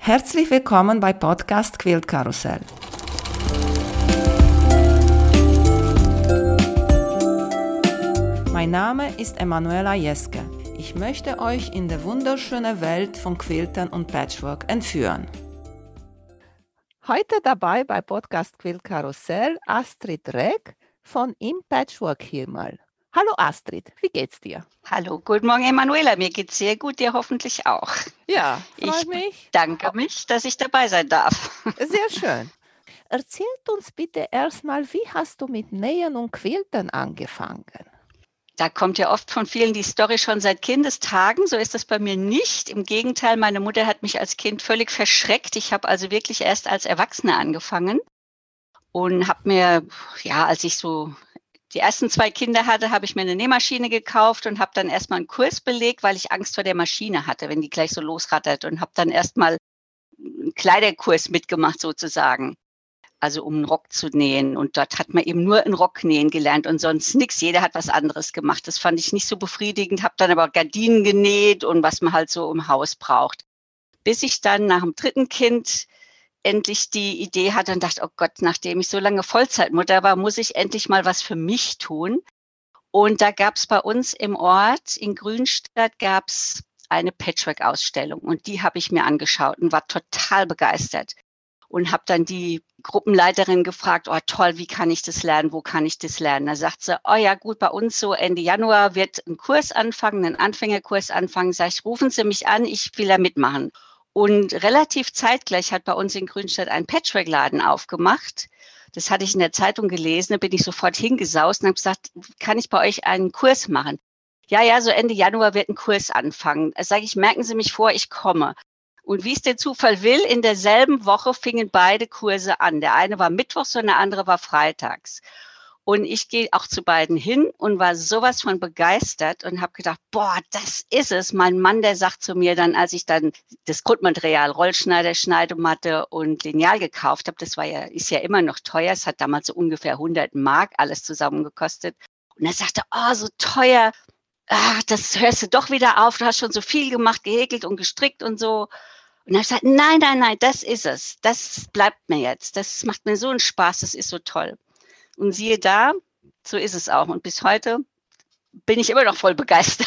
Herzlich willkommen bei Podcast Quilt Karussell. Mein Name ist Emanuela Jeske. Ich möchte euch in die wunderschöne Welt von Quiltern und Patchwork entführen. Heute dabei bei Podcast Quilt Karussell Astrid Reck von Im Patchwork Himmel. Hallo Astrid, wie geht's dir? Hallo, guten Morgen Emanuela, mir geht's sehr gut, dir hoffentlich auch. Ja, freue mich. Danke mich, dass ich dabei sein darf. Sehr schön. Erzählt uns bitte erstmal, wie hast du mit Nähen und Quilten angefangen? Da kommt ja oft von vielen die Story schon seit Kindestagen, so ist das bei mir nicht. Im Gegenteil, meine Mutter hat mich als Kind völlig verschreckt. Ich habe also wirklich erst als Erwachsene angefangen und habe mir, als ich so die ersten 2 Kinder hatte, habe ich mir eine Nähmaschine gekauft und habe dann erstmal einen Kurs belegt, weil ich Angst vor der Maschine hatte, wenn die gleich so losrattert, und habe dann erstmal einen Kleiderkurs mitgemacht sozusagen. Also um einen Rock zu nähen, und dort hat man eben nur einen Rock nähen gelernt und sonst nichts. Jeder hat was anderes gemacht. Das fand ich nicht so befriedigend, habe dann aber Gardinen genäht und was man halt so im Haus braucht. Bis ich dann nach dem 3. Kind endlich die Idee hatte und dachte, oh Gott, nachdem ich so lange Vollzeitmutter war, muss ich endlich mal was für mich tun. Und da gab es bei uns im Ort in Grünstadt gab's eine Patchwork-Ausstellung, und die habe ich mir angeschaut und war total begeistert. Und habe dann die Gruppenleiterin gefragt, oh toll, wie kann ich das lernen, wo kann ich das lernen? Da sagt sie, oh ja gut, bei uns so Ende Januar wird ein Kurs anfangen, ein Anfängerkurs anfangen. Sag ich, rufen Sie mich an, ich will da mitmachen. Und relativ zeitgleich hat bei uns in Grünstadt ein Patchwork-Laden aufgemacht. Das hatte ich in der Zeitung gelesen, da bin ich sofort hingesaust und habe gesagt, kann ich bei euch einen Kurs machen? Ja, so Ende Januar wird ein Kurs anfangen. Da sage ich, merken Sie mich vor, ich komme. Und wie es der Zufall will, in derselben Woche fingen beide Kurse an. Der eine war mittwochs und der andere war freitags. Und ich gehe auch zu beiden hin und war sowas von begeistert und habe gedacht, boah, das ist es. Mein Mann, der sagt zu mir dann, als ich dann das Grundmaterial, Rollschneider, Schneidematte und Lineal gekauft habe, ist ja immer noch teuer. Es hat damals so ungefähr 100 Mark alles zusammen gekostet. Und er sagte, oh, so teuer. Das hörst du doch wieder auf. Du hast schon so viel gemacht, gehäkelt und gestrickt und so. Und dann habe ich gesagt, nein, das ist es. Das bleibt mir jetzt. Das macht mir so einen Spaß, das ist so toll. Und siehe da, so ist es auch. Und bis heute bin ich immer noch voll begeistert.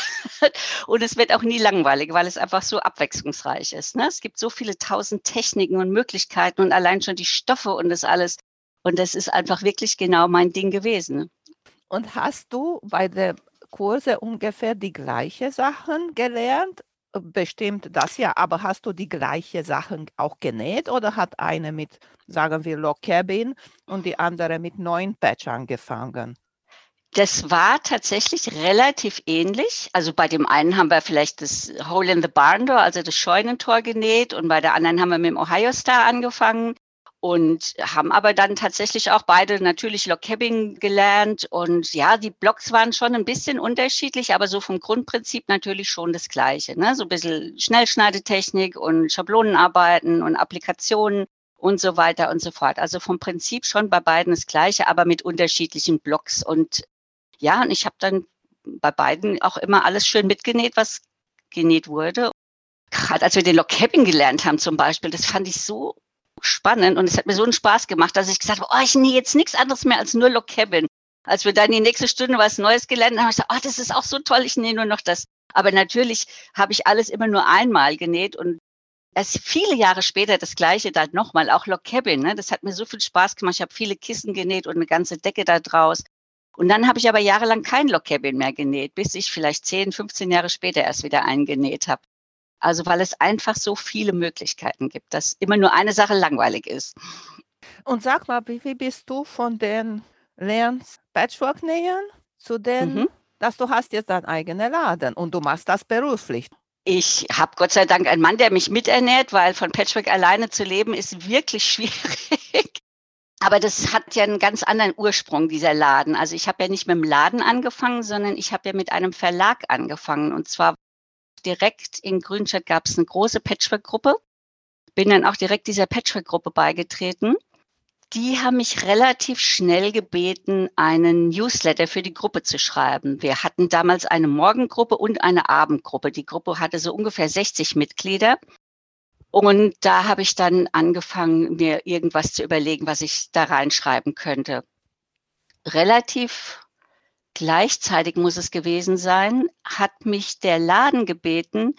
Und es wird auch nie langweilig, weil es einfach so abwechslungsreich ist. Ne? Es gibt so viele 1000 Techniken und Möglichkeiten und allein schon die Stoffe und das alles. Und das ist einfach wirklich genau mein Ding gewesen. Und hast du bei der Kurse ungefähr die gleichen Sachen gelernt? Bestimmt das ja, aber hast du die gleichen Sachen auch genäht oder hat eine mit, sagen wir, Log Cabin und die andere mit 9 Patch angefangen? Das war tatsächlich relativ ähnlich. Also bei dem einen haben wir vielleicht das Hole in the Barn Door, also das Scheunentor genäht, und bei der anderen haben wir mit dem Ohio Star angefangen und haben aber dann tatsächlich auch beide natürlich Log Cabin gelernt. Und ja, die Blocks waren schon ein bisschen unterschiedlich, aber so vom Grundprinzip natürlich schon das Gleiche. Ne? So ein bisschen Schnellschneidetechnik und Schablonenarbeiten und Applikationen und so weiter und so fort. Also vom Prinzip schon bei beiden das Gleiche, aber mit unterschiedlichen Blocks. Und ja, und ich habe dann bei beiden auch immer alles schön mitgenäht, was genäht wurde. Gerade als wir den Log Cabin gelernt haben zum Beispiel, das fand ich so spannend und es hat mir so einen Spaß gemacht, dass ich gesagt habe, oh, ich nähe jetzt nichts anderes mehr als nur Log Cabin. Als wir dann die nächste Stunde was Neues gelernt haben, habe ich gesagt, oh, das ist auch so toll, ich nähe nur noch das. Aber natürlich habe ich alles immer nur einmal genäht und erst viele Jahre später das Gleiche dann nochmal, auch Log Cabin. Ne? Das hat mir so viel Spaß gemacht. Ich habe viele Kissen genäht und eine ganze Decke da draus. Und dann habe ich aber jahrelang kein Log Cabin mehr genäht, bis ich vielleicht 10, 15 Jahre später erst wieder eingenäht habe. Also weil es einfach so viele Möglichkeiten gibt, dass immer nur eine Sache langweilig ist. Und sag mal, wie bist du von den Lernst Patchwork nähen zu den, Mhm. dass du hast jetzt deinen eigenen Laden und du machst das beruflich? Ich habe Gott sei Dank einen Mann, der mich miternährt, weil von Patchwork alleine zu leben ist wirklich schwierig. Aber das hat ja einen ganz anderen Ursprung, dieser Laden. Also ich habe ja nicht mit dem Laden angefangen, sondern ich habe ja mit einem Verlag angefangen. Und zwar direkt in Grünstadt gab es eine große Patchwork-Gruppe. Bin dann auch direkt dieser Patchwork-Gruppe beigetreten. Die haben mich relativ schnell gebeten, einen Newsletter für die Gruppe zu schreiben. Wir hatten damals eine Morgengruppe und eine Abendgruppe. Die Gruppe hatte so ungefähr 60 Mitglieder. Und da habe ich dann angefangen, mir irgendwas zu überlegen, was ich da reinschreiben könnte. Relativ gleichzeitig muss es gewesen sein, hat mich der Laden gebeten,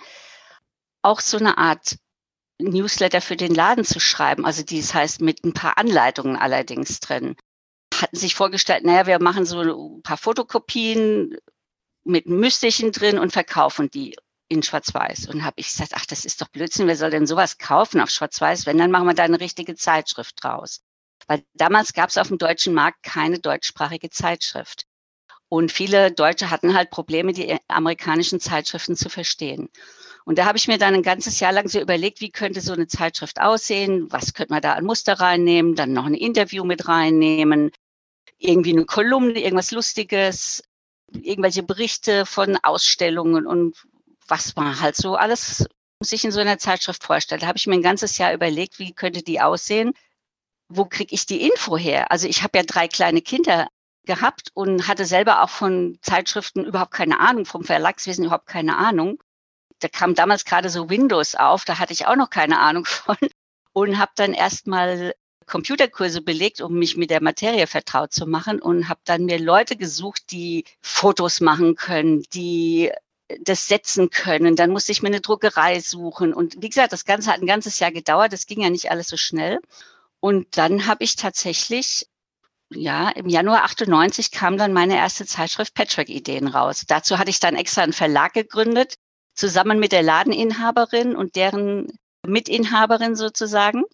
auch so eine Art Newsletter für den Laden zu schreiben. Also das heißt mit ein paar Anleitungen allerdings drin. Hatten sich vorgestellt, naja, wir machen so ein paar Fotokopien mit Mystischen drin und verkaufen die in Schwarz-Weiß. Und habe ich gesagt, ach, das ist doch Blödsinn, wer soll denn sowas kaufen auf Schwarz-Weiß? Wenn, dann machen wir da eine richtige Zeitschrift draus. Weil damals gab es auf dem deutschen Markt keine deutschsprachige Zeitschrift. Und viele Deutsche hatten halt Probleme, die amerikanischen Zeitschriften zu verstehen. Und da habe ich mir dann ein ganzes Jahr lang so überlegt, wie könnte so eine Zeitschrift aussehen? Was könnte man da an Muster reinnehmen? Dann noch ein Interview mit reinnehmen, irgendwie eine Kolumne, irgendwas Lustiges, irgendwelche Berichte von Ausstellungen und was man halt so alles sich in so einer Zeitschrift vorstellt. Da habe ich mir ein ganzes Jahr überlegt, wie könnte die aussehen? Wo kriege ich die Info her? Also ich habe ja 3 kleine Kinder gehabt und hatte selber auch von Zeitschriften überhaupt keine Ahnung, vom Verlagswesen überhaupt keine Ahnung. Da kam damals gerade so Windows auf, da hatte ich auch noch keine Ahnung von und habe dann erstmal Computerkurse belegt, um mich mit der Materie vertraut zu machen und habe dann mir Leute gesucht, die Fotos machen können, die das setzen können. Dann musste ich mir eine Druckerei suchen. Und wie gesagt, das Ganze hat ein ganzes Jahr gedauert. Das ging ja nicht alles so schnell. Und dann habe ich tatsächlich, ja, im Januar 98 kam dann meine erste Zeitschrift Patchwork-Ideen raus. Dazu hatte ich dann extra einen Verlag gegründet, zusammen mit der Ladeninhaberin und deren Mitinhaberin sozusagen,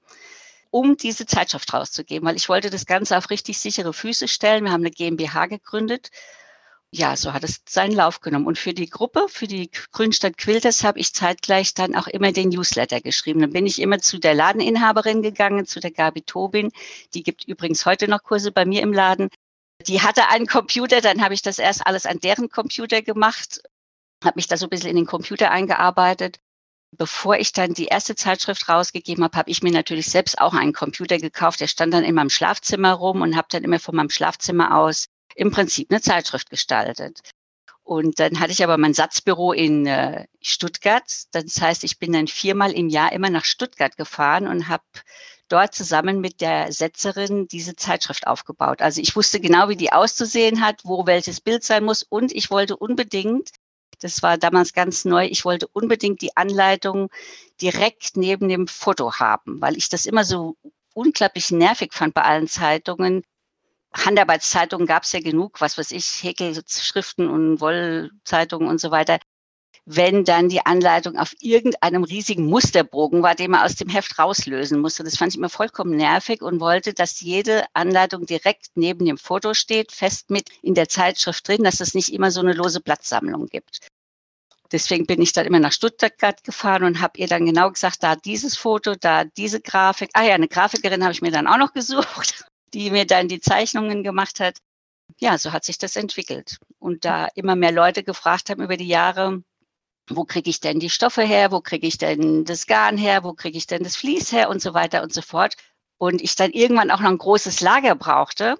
um diese Zeitschrift rauszugeben, weil ich wollte das Ganze auf richtig sichere Füße stellen. Wir haben eine GmbH gegründet. Ja, so hat es seinen Lauf genommen. Und für die Gruppe, für die Grünstadt Quilters, habe ich zeitgleich dann auch immer den Newsletter geschrieben. Dann bin ich immer zu der Ladeninhaberin gegangen, zu der Gabi Tobin. Die gibt übrigens heute noch Kurse bei mir im Laden. Die hatte einen Computer, dann habe ich das erst alles an deren Computer gemacht, habe mich da so ein bisschen in den Computer eingearbeitet. Bevor ich dann die erste Zeitschrift rausgegeben habe, habe ich mir natürlich selbst auch einen Computer gekauft. Der stand dann in meinem Schlafzimmer rum und habe dann immer von meinem Schlafzimmer aus im Prinzip eine Zeitschrift gestaltet. Und dann hatte ich aber mein Satzbüro in Stuttgart. Das heißt, ich bin dann 4-mal im Jahr immer nach Stuttgart gefahren und habe dort zusammen mit der Setzerin diese Zeitschrift aufgebaut. Also ich wusste genau, wie die auszusehen hat, wo welches Bild sein muss. Und ich wollte unbedingt, das war damals ganz neu, ich wollte unbedingt die Anleitung direkt neben dem Foto haben, weil ich das immer so unglaublich nervig fand bei allen Zeitungen. Handarbeitszeitungen gab es ja genug, was weiß ich, Häkelschriften und Wollzeitungen und so weiter. Wenn dann die Anleitung auf irgendeinem riesigen Musterbogen war, den man aus dem Heft rauslösen musste. Das fand ich immer vollkommen nervig und wollte, dass jede Anleitung direkt neben dem Foto steht, fest mit in der Zeitschrift drin, dass es nicht immer so eine lose Blattsammlung gibt. Deswegen bin ich dann immer nach Stuttgart gefahren und habe ihr dann genau gesagt, da dieses Foto, da diese Grafik. Ah ja, eine Grafikerin habe ich mir dann auch noch gesucht, die mir dann die Zeichnungen gemacht hat. Ja, so hat sich das entwickelt. Und da immer mehr Leute gefragt haben über die Jahre, wo kriege ich denn die Stoffe her, wo kriege ich denn das Garn her, wo kriege ich denn das Vlies her und so weiter und so fort. Und ich dann irgendwann auch noch ein großes Lager brauchte,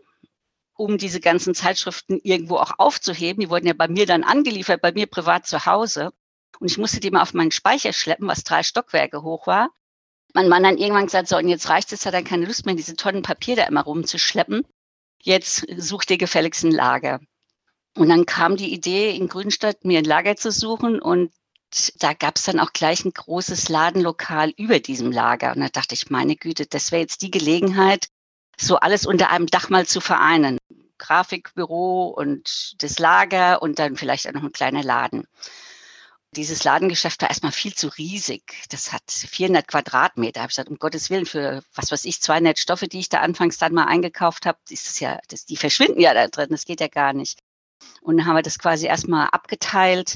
um diese ganzen Zeitschriften irgendwo auch aufzuheben. Die wurden ja bei mir dann angeliefert, bei mir privat zu Hause. Und ich musste die mal auf meinen Speicher schleppen, was 3 Stockwerke hoch war. Mein Mann dann irgendwann gesagt, so, und jetzt reicht es, hat er keine Lust mehr, diese Tonnen Papier da immer rumzuschleppen. Jetzt such dir gefälligst ein Lager. Und dann kam die Idee, in Grünstadt mir ein Lager zu suchen. Und da gab es dann auch gleich ein großes Ladenlokal über diesem Lager. Und da dachte ich, meine Güte, das wäre jetzt die Gelegenheit, so alles unter einem Dach mal zu vereinen. Grafikbüro und das Lager und dann vielleicht auch noch ein kleiner Laden. Dieses Ladengeschäft war erstmal viel zu riesig. Das hat 400 Quadratmeter. Da habe ich gesagt, um Gottes Willen, für was weiß ich, 200 Stoffe, die ich da anfangs dann mal eingekauft habe, die verschwinden ja da drin. Das geht ja gar nicht. Und dann haben wir das quasi erstmal abgeteilt.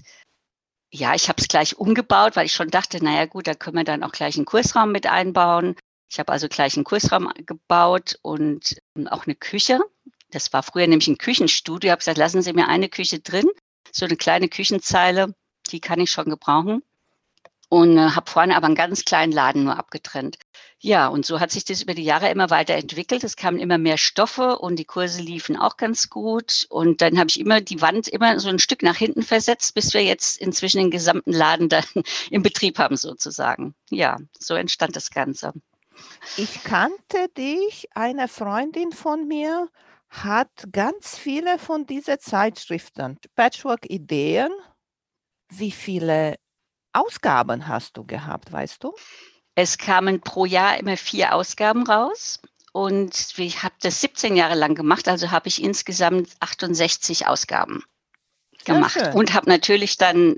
Ja, ich habe es gleich umgebaut, weil ich schon dachte, naja gut, da können wir dann auch gleich einen Kursraum mit einbauen. Ich habe also gleich einen Kursraum gebaut und auch eine Küche. Das war früher nämlich ein Küchenstudio. Ich habe gesagt, lassen Sie mir eine Küche drin, so eine kleine Küchenzeile, die kann ich schon gebrauchen. und habe vorne aber einen ganz kleinen Laden nur abgetrennt. Ja, und so hat sich das über die Jahre immer weiterentwickelt. Es kamen immer mehr Stoffe und die Kurse liefen auch ganz gut. Und dann habe ich immer die Wand immer so ein Stück nach hinten versetzt, bis wir jetzt inzwischen den gesamten Laden dann im Betrieb haben sozusagen. Ja, so entstand das Ganze. Ich kannte dich, eine Freundin von mir hat ganz viele von diesen Zeitschriften, Patchwork-Ideen. Wie viele Ausgaben hast du gehabt, weißt du? Es kamen pro Jahr immer 4 Ausgaben raus. Und ich habe das 17 Jahre lang gemacht, also habe ich insgesamt 68 Ausgaben Sehr gemacht. schön. Und habe natürlich dann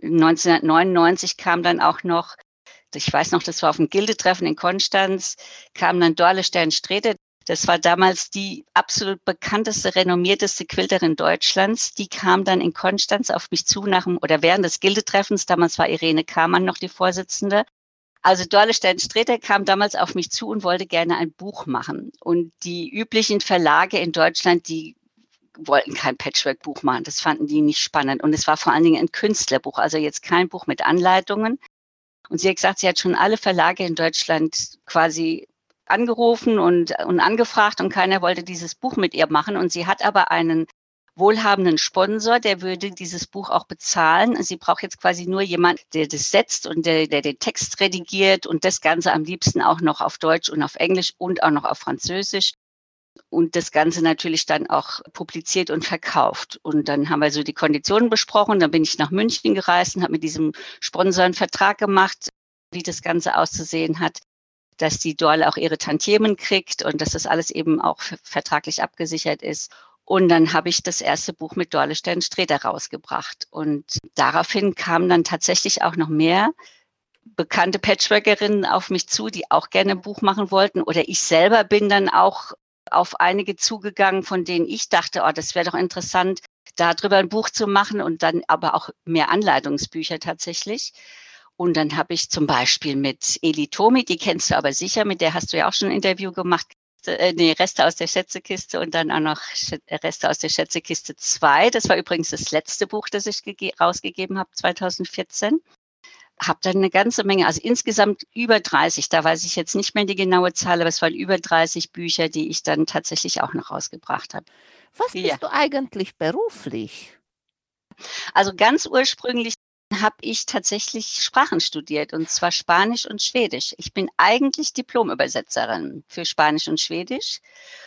1999 kam dann auch noch, ich weiß noch, das war auf dem Gildetreffen in Konstanz, kam dann Dorle Stern-Sträter. Das war damals die absolut bekannteste, renommierteste Quilterin Deutschlands. Die kam dann in Konstanz auf mich zu oder während des Gildetreffens. Damals war Irene Kamann noch die Vorsitzende. Also Dorle Stern-Sträter kam damals auf mich zu und wollte gerne ein Buch machen. Und die üblichen Verlage in Deutschland, die wollten kein Patchwork-Buch machen. Das fanden die nicht spannend. Und es war vor allen Dingen ein Künstlerbuch, also jetzt kein Buch mit Anleitungen. Und sie hat gesagt, sie hat schon alle Verlage in Deutschland quasi angerufen und angefragt und keiner wollte dieses Buch mit ihr machen. Und sie hat aber einen wohlhabenden Sponsor, der würde dieses Buch auch bezahlen. Sie braucht jetzt quasi nur jemand, der das setzt und der den Text redigiert und das Ganze am liebsten auch noch auf Deutsch und auf Englisch und auch noch auf Französisch. Und das Ganze natürlich dann auch publiziert und verkauft. Und dann haben wir so die Konditionen besprochen. Dann bin ich nach München gereist und habe mit diesem Sponsor einen Vertrag gemacht, wie das Ganze auszusehen hat, dass die Dorle auch ihre Tantiemen kriegt und dass das alles eben auch vertraglich abgesichert ist. Und dann habe ich das erste Buch mit Dorle Stern-Sträter rausgebracht. Und daraufhin kamen dann tatsächlich auch noch mehr bekannte Patchworkerinnen auf mich zu, die auch gerne ein Buch machen wollten. Oder ich selber bin dann auch auf einige zugegangen, von denen ich dachte, oh, das wäre doch interessant, darüber ein Buch zu machen und dann aber auch mehr Anleitungsbücher tatsächlich. Und dann habe ich zum Beispiel mit Eli Tomi, die kennst du aber sicher, mit der hast du ja auch schon ein Interview gemacht, Reste aus der Schätzekiste und dann auch noch Reste aus der Schätzekiste 2. Das war übrigens das letzte Buch, das ich rausgegeben habe, 2014. Habe dann eine ganze Menge, also insgesamt über 30, da weiß ich jetzt nicht mehr die genaue Zahl, aber es waren über 30 Bücher, die ich dann tatsächlich auch noch rausgebracht habe. Was Ja, bist du eigentlich beruflich? also ganz ursprünglich habe ich tatsächlich Sprachen studiert, und zwar Spanisch und Schwedisch. Ich bin eigentlich Diplomübersetzerin für Spanisch und Schwedisch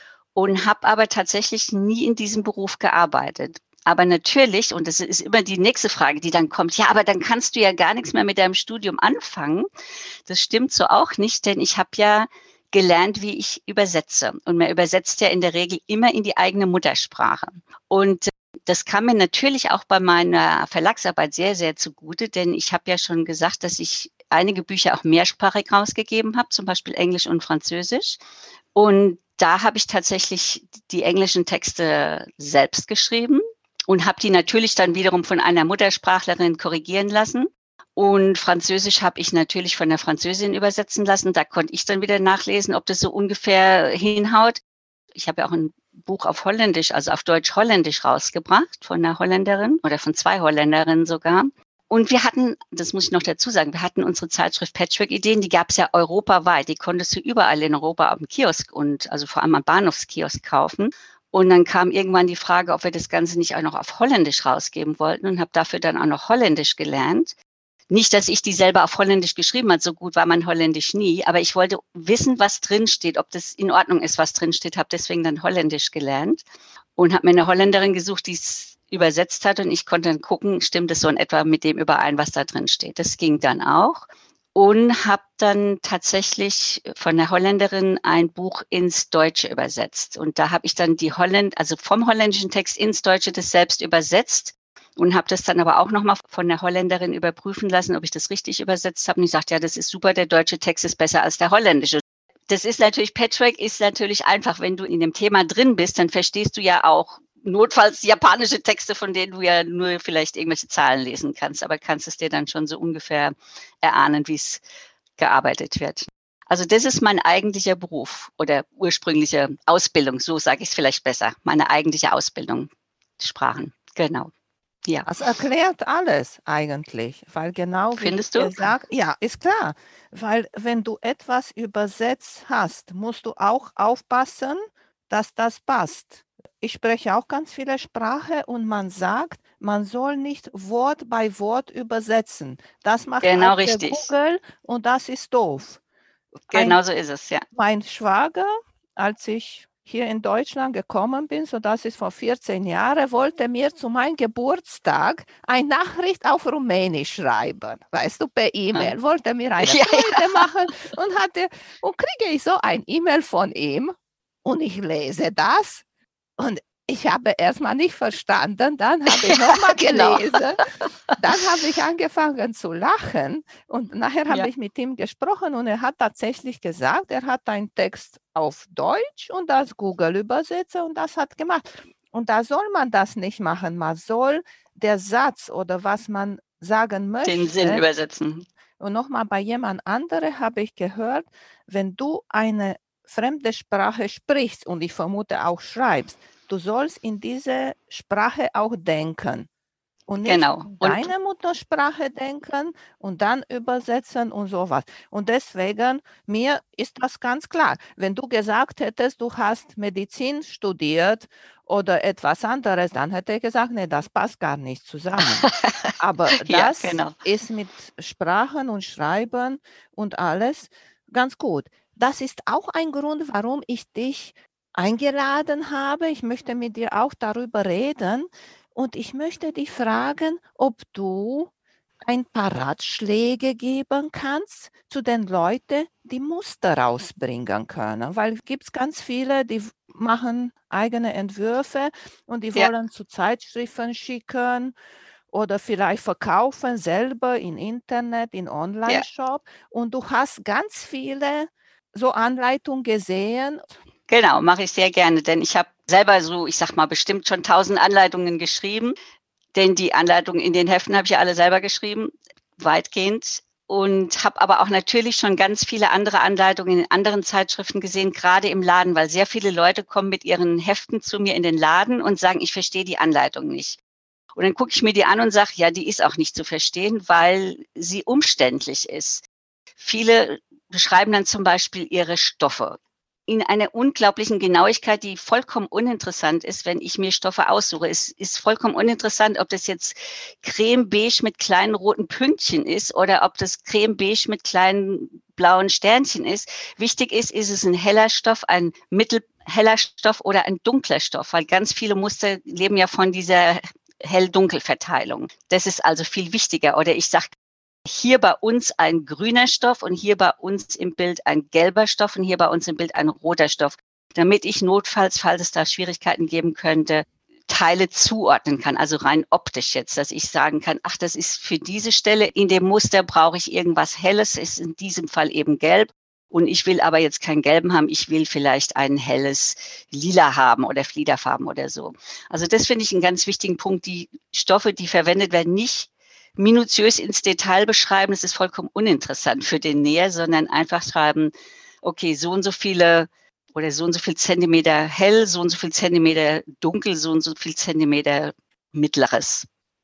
und habe aber tatsächlich nie in diesem Beruf gearbeitet. Aber natürlich, und das ist immer die nächste Frage, die dann kommt, ja, aber dann kannst du ja gar nichts mehr mit deinem Studium anfangen. Das stimmt so auch nicht, denn ich habe ja gelernt, wie ich übersetze. Und man übersetzt ja in der Regel immer in die eigene Muttersprache. Und das kam mir natürlich auch bei meiner Verlagsarbeit sehr, sehr zugute, denn ich habe ja schon gesagt, dass ich einige Bücher auch mehrsprachig rausgegeben habe, zum Beispiel Englisch und Französisch. Und da habe ich tatsächlich die englischen Texte selbst geschrieben und habe die natürlich dann wiederum von einer Muttersprachlerin korrigieren lassen. Und Französisch habe ich natürlich von der Französin übersetzen lassen. Da konnte ich dann wieder nachlesen, ob das so ungefähr hinhaut. Ich habe ja auch ein Buch auf Holländisch, also auf Deutsch-Holländisch rausgebracht von einer Holländerin oder von 2 Holländerinnen sogar. Und wir hatten, das muss ich noch dazu sagen, wir hatten unsere Zeitschrift Patchwork-Ideen, die gab es ja europaweit. Die konntest du überall in Europa am Kiosk und also vor allem am Bahnhofskiosk kaufen. Und dann kam irgendwann die Frage, ob wir das Ganze nicht auch noch auf Holländisch rausgeben wollten, und habe dafür dann auch noch Holländisch gelernt. Nicht, dass ich die selber auf Holländisch geschrieben habe, so gut war mein Holländisch nie, aber ich wollte wissen, was drinsteht, ob das in Ordnung ist, was drinsteht, habe deswegen dann Holländisch gelernt und habe mir eine Holländerin gesucht, die es übersetzt hat, und ich konnte dann gucken, stimmt es so in etwa mit dem überein, was da drin steht. Das ging dann auch, und habe dann tatsächlich von der Holländerin ein Buch ins Deutsche übersetzt. Und da habe ich dann also vom holländischen Text ins Deutsche das selbst übersetzt und habe das dann aber auch nochmal von der Holländerin überprüfen lassen, ob ich das richtig übersetzt habe. Und ich sagte, ja, das ist super, der deutsche Text ist besser als der holländische. Das ist natürlich, Patchwork ist natürlich einfach, wenn du in dem Thema drin bist, dann verstehst du ja auch notfalls japanische Texte, von denen du ja nur vielleicht irgendwelche Zahlen lesen kannst, aber kannst es dir dann schon so ungefähr erahnen, wie es gearbeitet wird. Also das ist mein eigentlicher Beruf oder ursprüngliche Ausbildung, so sage ich es vielleicht besser, meine eigentliche Ausbildung, Sprachen, genau. Ja, Das erklärt alles eigentlich, weil genau wie findest du? gesagt, ja, ist klar, weil wenn du etwas übersetzt hast, musst du auch aufpassen, dass das passt. Ich spreche auch ganz viele Sprache und man sagt, man soll nicht Wort bei Wort übersetzen. Das macht Genau alte richtig. Google und das ist doof. Ein Genau so ist es, ja. Mein Schwager, als ich hier in Deutschland gekommen bin, so das ist vor 14 Jahren, wollte mir zu meinem Geburtstag eine Nachricht auf Rumänisch schreiben. Weißt du, per Ja, E-Mail. Wollte mir eine ja, ja. Freude machen und kriege ich so ein E-Mail von ihm und ich lese das und ich habe erstmal nicht verstanden, dann habe ich nochmal Genau. gelesen, dann habe ich angefangen zu lachen und nachher habe Ja, ich mit ihm gesprochen und er hat tatsächlich gesagt, er hat einen Text auf Deutsch und das Google übersetze und das hat gemacht. Und da soll man das nicht machen. Man soll der Satz oder was man sagen den Sinn möchte. übersetzen. Und nochmal bei jemand anderem habe ich gehört, wenn du eine fremde Sprache sprichst und ich vermute auch schreibst, du sollst in diese Sprache auch denken und nicht Genau. in Und deine Muttersprache denken und dann übersetzen und sowas. Und deswegen, mir ist das ganz klar. Wenn du gesagt hättest, du hast Medizin studiert oder etwas anderes, dann hätte ich gesagt, nee, das passt gar nicht zusammen. Aber ja, das genau. ist mit Sprachen und Schreiben und alles ganz gut. Das ist auch ein Grund, warum ich dich eingeladen habe. Ich möchte mit dir auch darüber reden und ich möchte dich fragen, ob du ein paar Ratschläge geben kannst zu den Leuten, die Muster rausbringen können. Weil es gibt ganz viele, die machen eigene Entwürfe und die Ja, wollen zu Zeitschriften schicken oder vielleicht verkaufen selber im Internet, in ja. Online-Shop. Und du hast ganz viele so Anleitungen gesehen. Genau, mache ich sehr gerne, denn ich habe selber so, ich sage mal, bestimmt schon 1.000 Anleitungen geschrieben, denn die Anleitungen in den Heften habe ich ja alle selber geschrieben, weitgehend. Und habe aber auch natürlich schon ganz viele andere Anleitungen in anderen Zeitschriften gesehen, gerade im Laden, weil sehr viele Leute kommen mit ihren Heften zu mir in den Laden und sagen, ich verstehe die Anleitung nicht. Und dann gucke ich mir die an und sage, ja, die ist auch nicht zu verstehen, weil sie umständlich ist. Viele beschreiben dann zum Beispiel ihre Stoffe in einer unglaublichen Genauigkeit, die vollkommen uninteressant ist, wenn ich mir Stoffe aussuche. Es ist vollkommen uninteressant, ob das jetzt Creme beige mit kleinen roten Pünktchen ist oder ob das Creme beige mit kleinen blauen Sternchen ist. Wichtig ist es ein heller Stoff, ein mittelheller Stoff oder ein dunkler Stoff, weil ganz viele Muster leben ja von dieser Hell-Dunkel-Verteilung. Das ist also viel wichtiger. Oder ich sage hier bei uns ein grüner Stoff und hier bei uns im Bild ein gelber Stoff und hier bei uns im Bild ein roter Stoff, damit ich notfalls, falls es da Schwierigkeiten geben könnte, Teile zuordnen kann, also rein optisch jetzt, dass ich sagen kann, ach, das ist für diese Stelle in dem Muster brauche ich irgendwas Helles, ist in diesem Fall eben gelb und ich will aber jetzt kein Gelben haben, ich will vielleicht ein helles Lila haben oder Fliederfarben oder so. Also das finde ich einen ganz wichtigen Punkt, die Stoffe, die verwendet werden, nicht minutiös ins Detail beschreiben, das ist vollkommen uninteressant für den Näher, sondern einfach schreiben, okay, so und so viele oder so und so viel Zentimeter hell, so und so viel Zentimeter dunkel, so und so viel Zentimeter mittleres.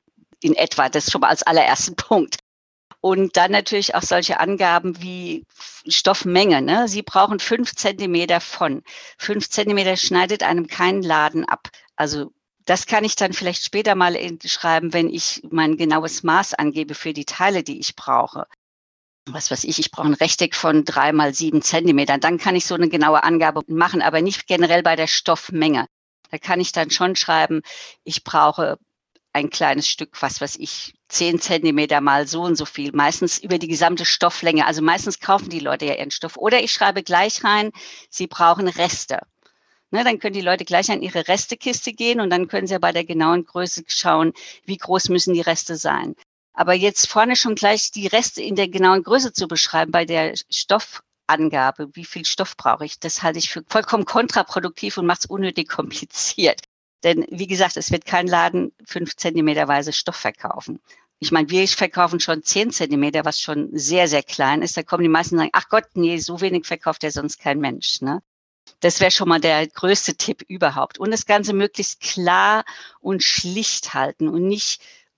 In etwa, das schon mal als allerersten Punkt. Und dann natürlich auch solche Angaben wie Stoffmenge. Ne? Sie brauchen 5 Zentimeter von. 5 Zentimeter schneidet einem keinen Laden ab. Also das kann ich dann vielleicht später mal schreiben, wenn ich mein genaues Maß angebe für die Teile, die ich brauche. Was weiß ich brauche ein Rechteck von 3 mal 7 Zentimetern. Dann kann ich so eine genaue Angabe machen, aber nicht generell bei der Stoffmenge. Da kann ich dann schon schreiben, ich brauche ein kleines Stück, was weiß ich, 10 Zentimeter mal so und so viel, meistens über die gesamte Stofflänge. Also meistens kaufen die Leute ja ihren Stoff. Oder ich schreibe gleich rein, sie brauchen Reste. Ne, dann können die Leute gleich an ihre Restekiste gehen und dann können sie ja bei der genauen Größe schauen, wie groß müssen die Reste sein. Aber jetzt vorne schon gleich die Reste in der genauen Größe zu beschreiben bei der Stoffangabe, wie viel Stoff brauche ich, das halte ich für vollkommen kontraproduktiv und macht es unnötig kompliziert. Denn wie gesagt, es wird kein Laden 5 Zentimeterweise Stoff verkaufen. Ich meine, wir verkaufen schon 10 Zentimeter, was schon sehr, sehr klein ist. Da kommen die meisten und sagen, ach Gott, nee, so wenig verkauft ja sonst kein Mensch. Ne? Das wäre schon mal der größte Tipp überhaupt. Und das Ganze möglichst klar und schlicht halten und nicht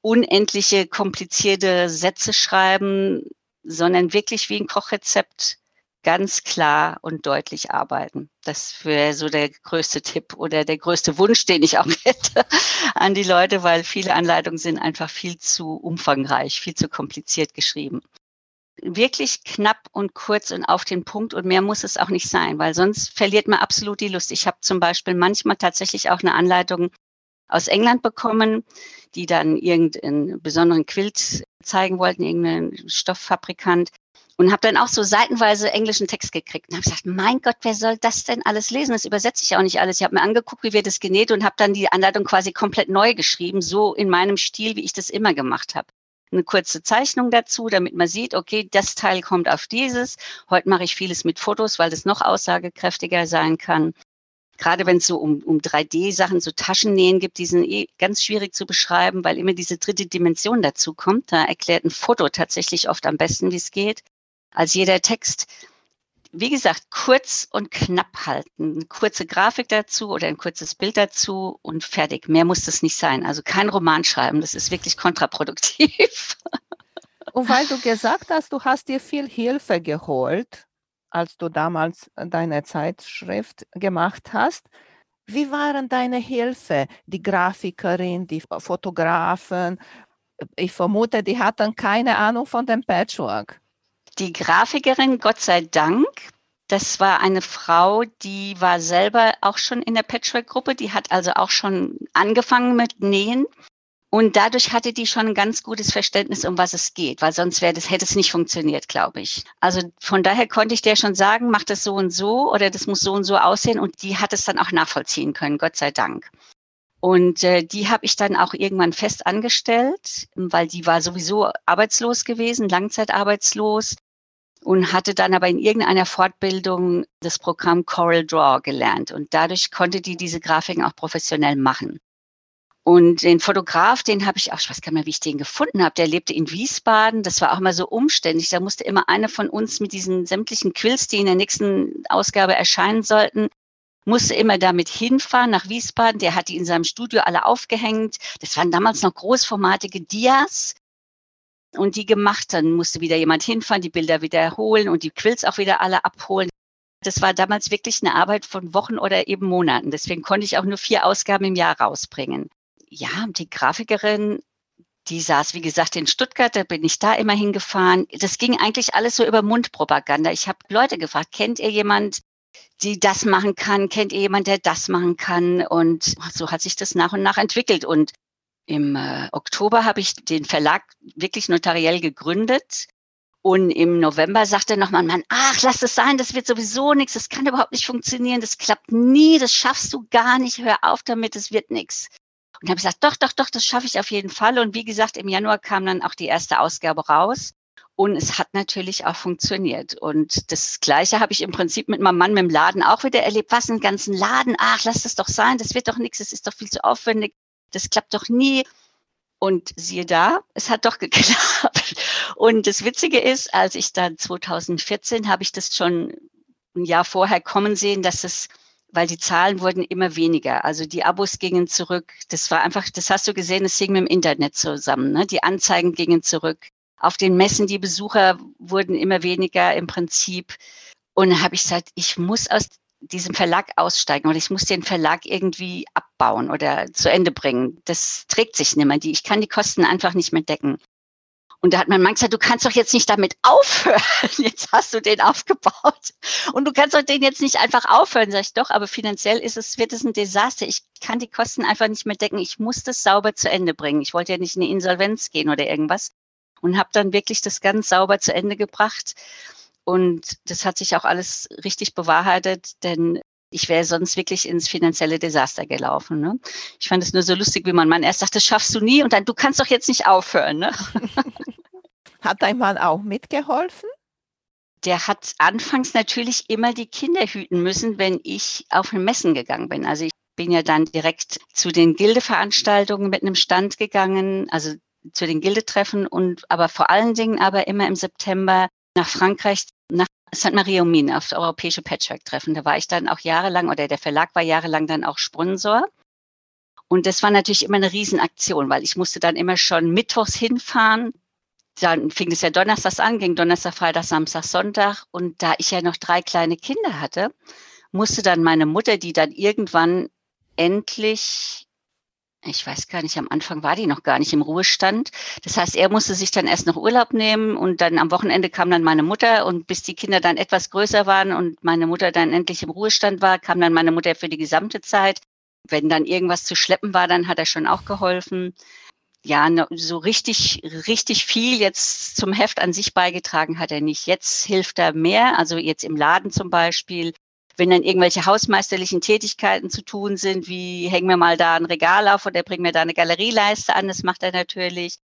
unendliche komplizierte Sätze schreiben, sondern wirklich wie ein Kochrezept ganz klar und deutlich arbeiten. Das wäre so der größte Tipp oder der größte Wunsch, den ich auch hätte an die Leute, weil viele Anleitungen sind einfach viel zu umfangreich, viel zu kompliziert geschrieben. Wirklich knapp und kurz und auf den Punkt und mehr muss es auch nicht sein, weil sonst verliert man absolut die Lust. Ich habe zum Beispiel manchmal tatsächlich auch eine Anleitung aus England bekommen, die dann irgendeinen besonderen Quilt zeigen wollten, irgendeinen Stofffabrikant. Und habe dann auch so seitenweise englischen Text gekriegt und habe gesagt, mein Gott, wer soll das denn alles lesen? Das übersetze ich auch nicht alles. Ich habe mir angeguckt, wie wird das genäht und habe dann die Anleitung quasi komplett neu geschrieben, so in meinem Stil, wie ich das immer gemacht habe. Eine kurze Zeichnung dazu, damit man sieht, okay, das Teil kommt auf dieses. Heute mache ich vieles mit Fotos, weil das noch aussagekräftiger sein kann. Gerade wenn es so um 3D-Sachen, so Taschennähen gibt, die sind ganz schwierig zu beschreiben, weil immer diese dritte Dimension dazu kommt. Da erklärt ein Foto tatsächlich oft am besten, wie es geht, als jeder Text. Wie gesagt, kurz und knapp halten. Eine kurze Grafik dazu oder ein kurzes Bild dazu und fertig. Mehr muss das nicht sein. Also kein Roman schreiben, das ist wirklich kontraproduktiv. Und weil du gesagt hast, du hast dir viel Hilfe geholt, als du damals deine Zeitschrift gemacht hast. Wie waren deine Hilfe? Die Grafikerin, die Fotografen? Ich vermute, die hatten keine Ahnung von dem Patchwork. Die Grafikerin, Gott sei Dank, das war eine Frau, die war selber auch schon in der Patchwork-Gruppe. Die hat also auch schon angefangen mit Nähen. Und dadurch hatte die schon ein ganz gutes Verständnis, um was es geht, weil sonst hätte es nicht funktioniert, glaube ich. Also von daher konnte ich der schon sagen, mach das so und so oder das muss so und so aussehen. Und die hat es dann auch nachvollziehen können, Gott sei Dank. Und die habe ich dann auch irgendwann fest angestellt, weil die war sowieso arbeitslos gewesen, langzeitarbeitslos und hatte dann aber in irgendeiner Fortbildung das Programm Corel Draw gelernt. Und dadurch konnte die diese Grafiken auch professionell machen. Und den Fotograf, den habe ich auch, ich weiß gar nicht mehr, wie ich den gefunden habe, der lebte in Wiesbaden. Das war auch mal so umständlich. Da musste immer einer von uns mit diesen sämtlichen Quills, die in der nächsten Ausgabe erscheinen sollten, musste immer damit hinfahren nach Wiesbaden. Der hat die in seinem Studio alle aufgehängt. Das waren damals noch großformatige Dias und die gemacht. Dann musste wieder jemand hinfahren, die Bilder wiederholen und die Quills auch wieder alle abholen. Das war damals wirklich eine Arbeit von Wochen oder eben Monaten. Deswegen konnte ich auch nur 4 Ausgaben im Jahr rausbringen. Ja, die Grafikerin, die saß, wie gesagt, in Stuttgart, da bin ich da immer hingefahren. Das ging eigentlich alles so über Mundpropaganda. Ich habe Leute gefragt, kennt ihr jemand, die das machen kann? Kennt ihr jemand, der das machen kann? Und so hat sich das nach und nach entwickelt. Und im Oktober habe ich den Verlag wirklich notariell gegründet. Und im November sagte noch mein Mann, ach, lass es sein, das wird sowieso nichts, das kann überhaupt nicht funktionieren, das klappt nie, das schaffst du gar nicht, hör auf damit, das wird nichts. Und habe gesagt, doch, das schaffe ich auf jeden Fall. Und wie gesagt, im Januar kam dann auch die erste Ausgabe raus. Und es hat natürlich auch funktioniert. Und das Gleiche habe ich im Prinzip mit meinem Mann mit dem Laden auch wieder erlebt. Was, einen ganzen Laden? Ach, lass das doch sein, das wird doch nichts, das ist doch viel zu aufwendig, das klappt doch nie. Und siehe da, es hat doch geklappt. Und das Witzige ist, als ich dann 2014 habe ich das schon ein Jahr vorher kommen sehen, dass es, weil die Zahlen wurden immer weniger. Also die Abos gingen zurück. Das war einfach, das hast du gesehen, es hing mit dem Internet zusammen. Ne? Die Anzeigen gingen zurück. Auf den Messen, die Besucher wurden immer weniger im Prinzip. Und da habe ich gesagt, ich muss aus diesem Verlag aussteigen oder ich muss den Verlag irgendwie abbauen oder zu Ende bringen. Das trägt sich nicht mehr. Ich kann die Kosten einfach nicht mehr decken. Und da hat mein Mann gesagt, du kannst doch jetzt nicht damit aufhören. Jetzt hast du den aufgebaut. Und du kannst doch den jetzt nicht einfach aufhören. Sag ich, doch, aber finanziell wird es ein Desaster. Ich kann die Kosten einfach nicht mehr decken. Ich muss das sauber zu Ende bringen. Ich wollte ja nicht in eine Insolvenz gehen oder irgendwas. Und habe dann wirklich das ganz sauber zu Ende gebracht. Und das hat sich auch alles richtig bewahrheitet, denn ich wäre sonst wirklich ins finanzielle Desaster gelaufen. Ne? Ich fand es nur so lustig, wie mein Mann erst sagt, das schaffst du nie und dann, du kannst doch jetzt nicht aufhören. Ne? Hat dein Mann auch mitgeholfen? Der hat anfangs natürlich immer die Kinder hüten müssen, wenn ich auf ein Messen gegangen bin. Also ich bin ja dann direkt zu den Gildeveranstaltungen mit einem Stand gegangen, also zu den Gildetreffen aber vor allen Dingen aber immer im September nach Frankreich, nach Sainte-Marie-aux-Mines auf das europäische Patchwork-Treffen. Da war ich dann auch jahrelang, oder der Verlag war jahrelang dann auch Sponsor. Und das war natürlich immer eine Riesenaktion, weil ich musste dann immer schon mittwochs hinfahren. Dann fing es ja donnerstags an, ging Donnerstag, Freitag, Samstag, Sonntag. Und da ich ja noch 3 kleine Kinder hatte, musste dann meine Mutter, die dann irgendwann endlich, ich weiß gar nicht, am Anfang war die noch gar nicht im Ruhestand. Das heißt, er musste sich dann erst noch Urlaub nehmen und dann am Wochenende kam dann meine Mutter und bis die Kinder dann etwas größer waren und meine Mutter dann endlich im Ruhestand war, kam dann meine Mutter für die gesamte Zeit. Wenn dann irgendwas zu schleppen war, dann hat er schon auch geholfen. Ja, so richtig viel jetzt zum Heft an sich beigetragen hat er nicht. Jetzt hilft er mehr, also jetzt im Laden zum Beispiel, wenn dann irgendwelche hausmeisterlichen Tätigkeiten zu tun sind, wie hängen wir mal da ein Regal auf oder bringen wir da eine Galerieleiste an, das macht er natürlich.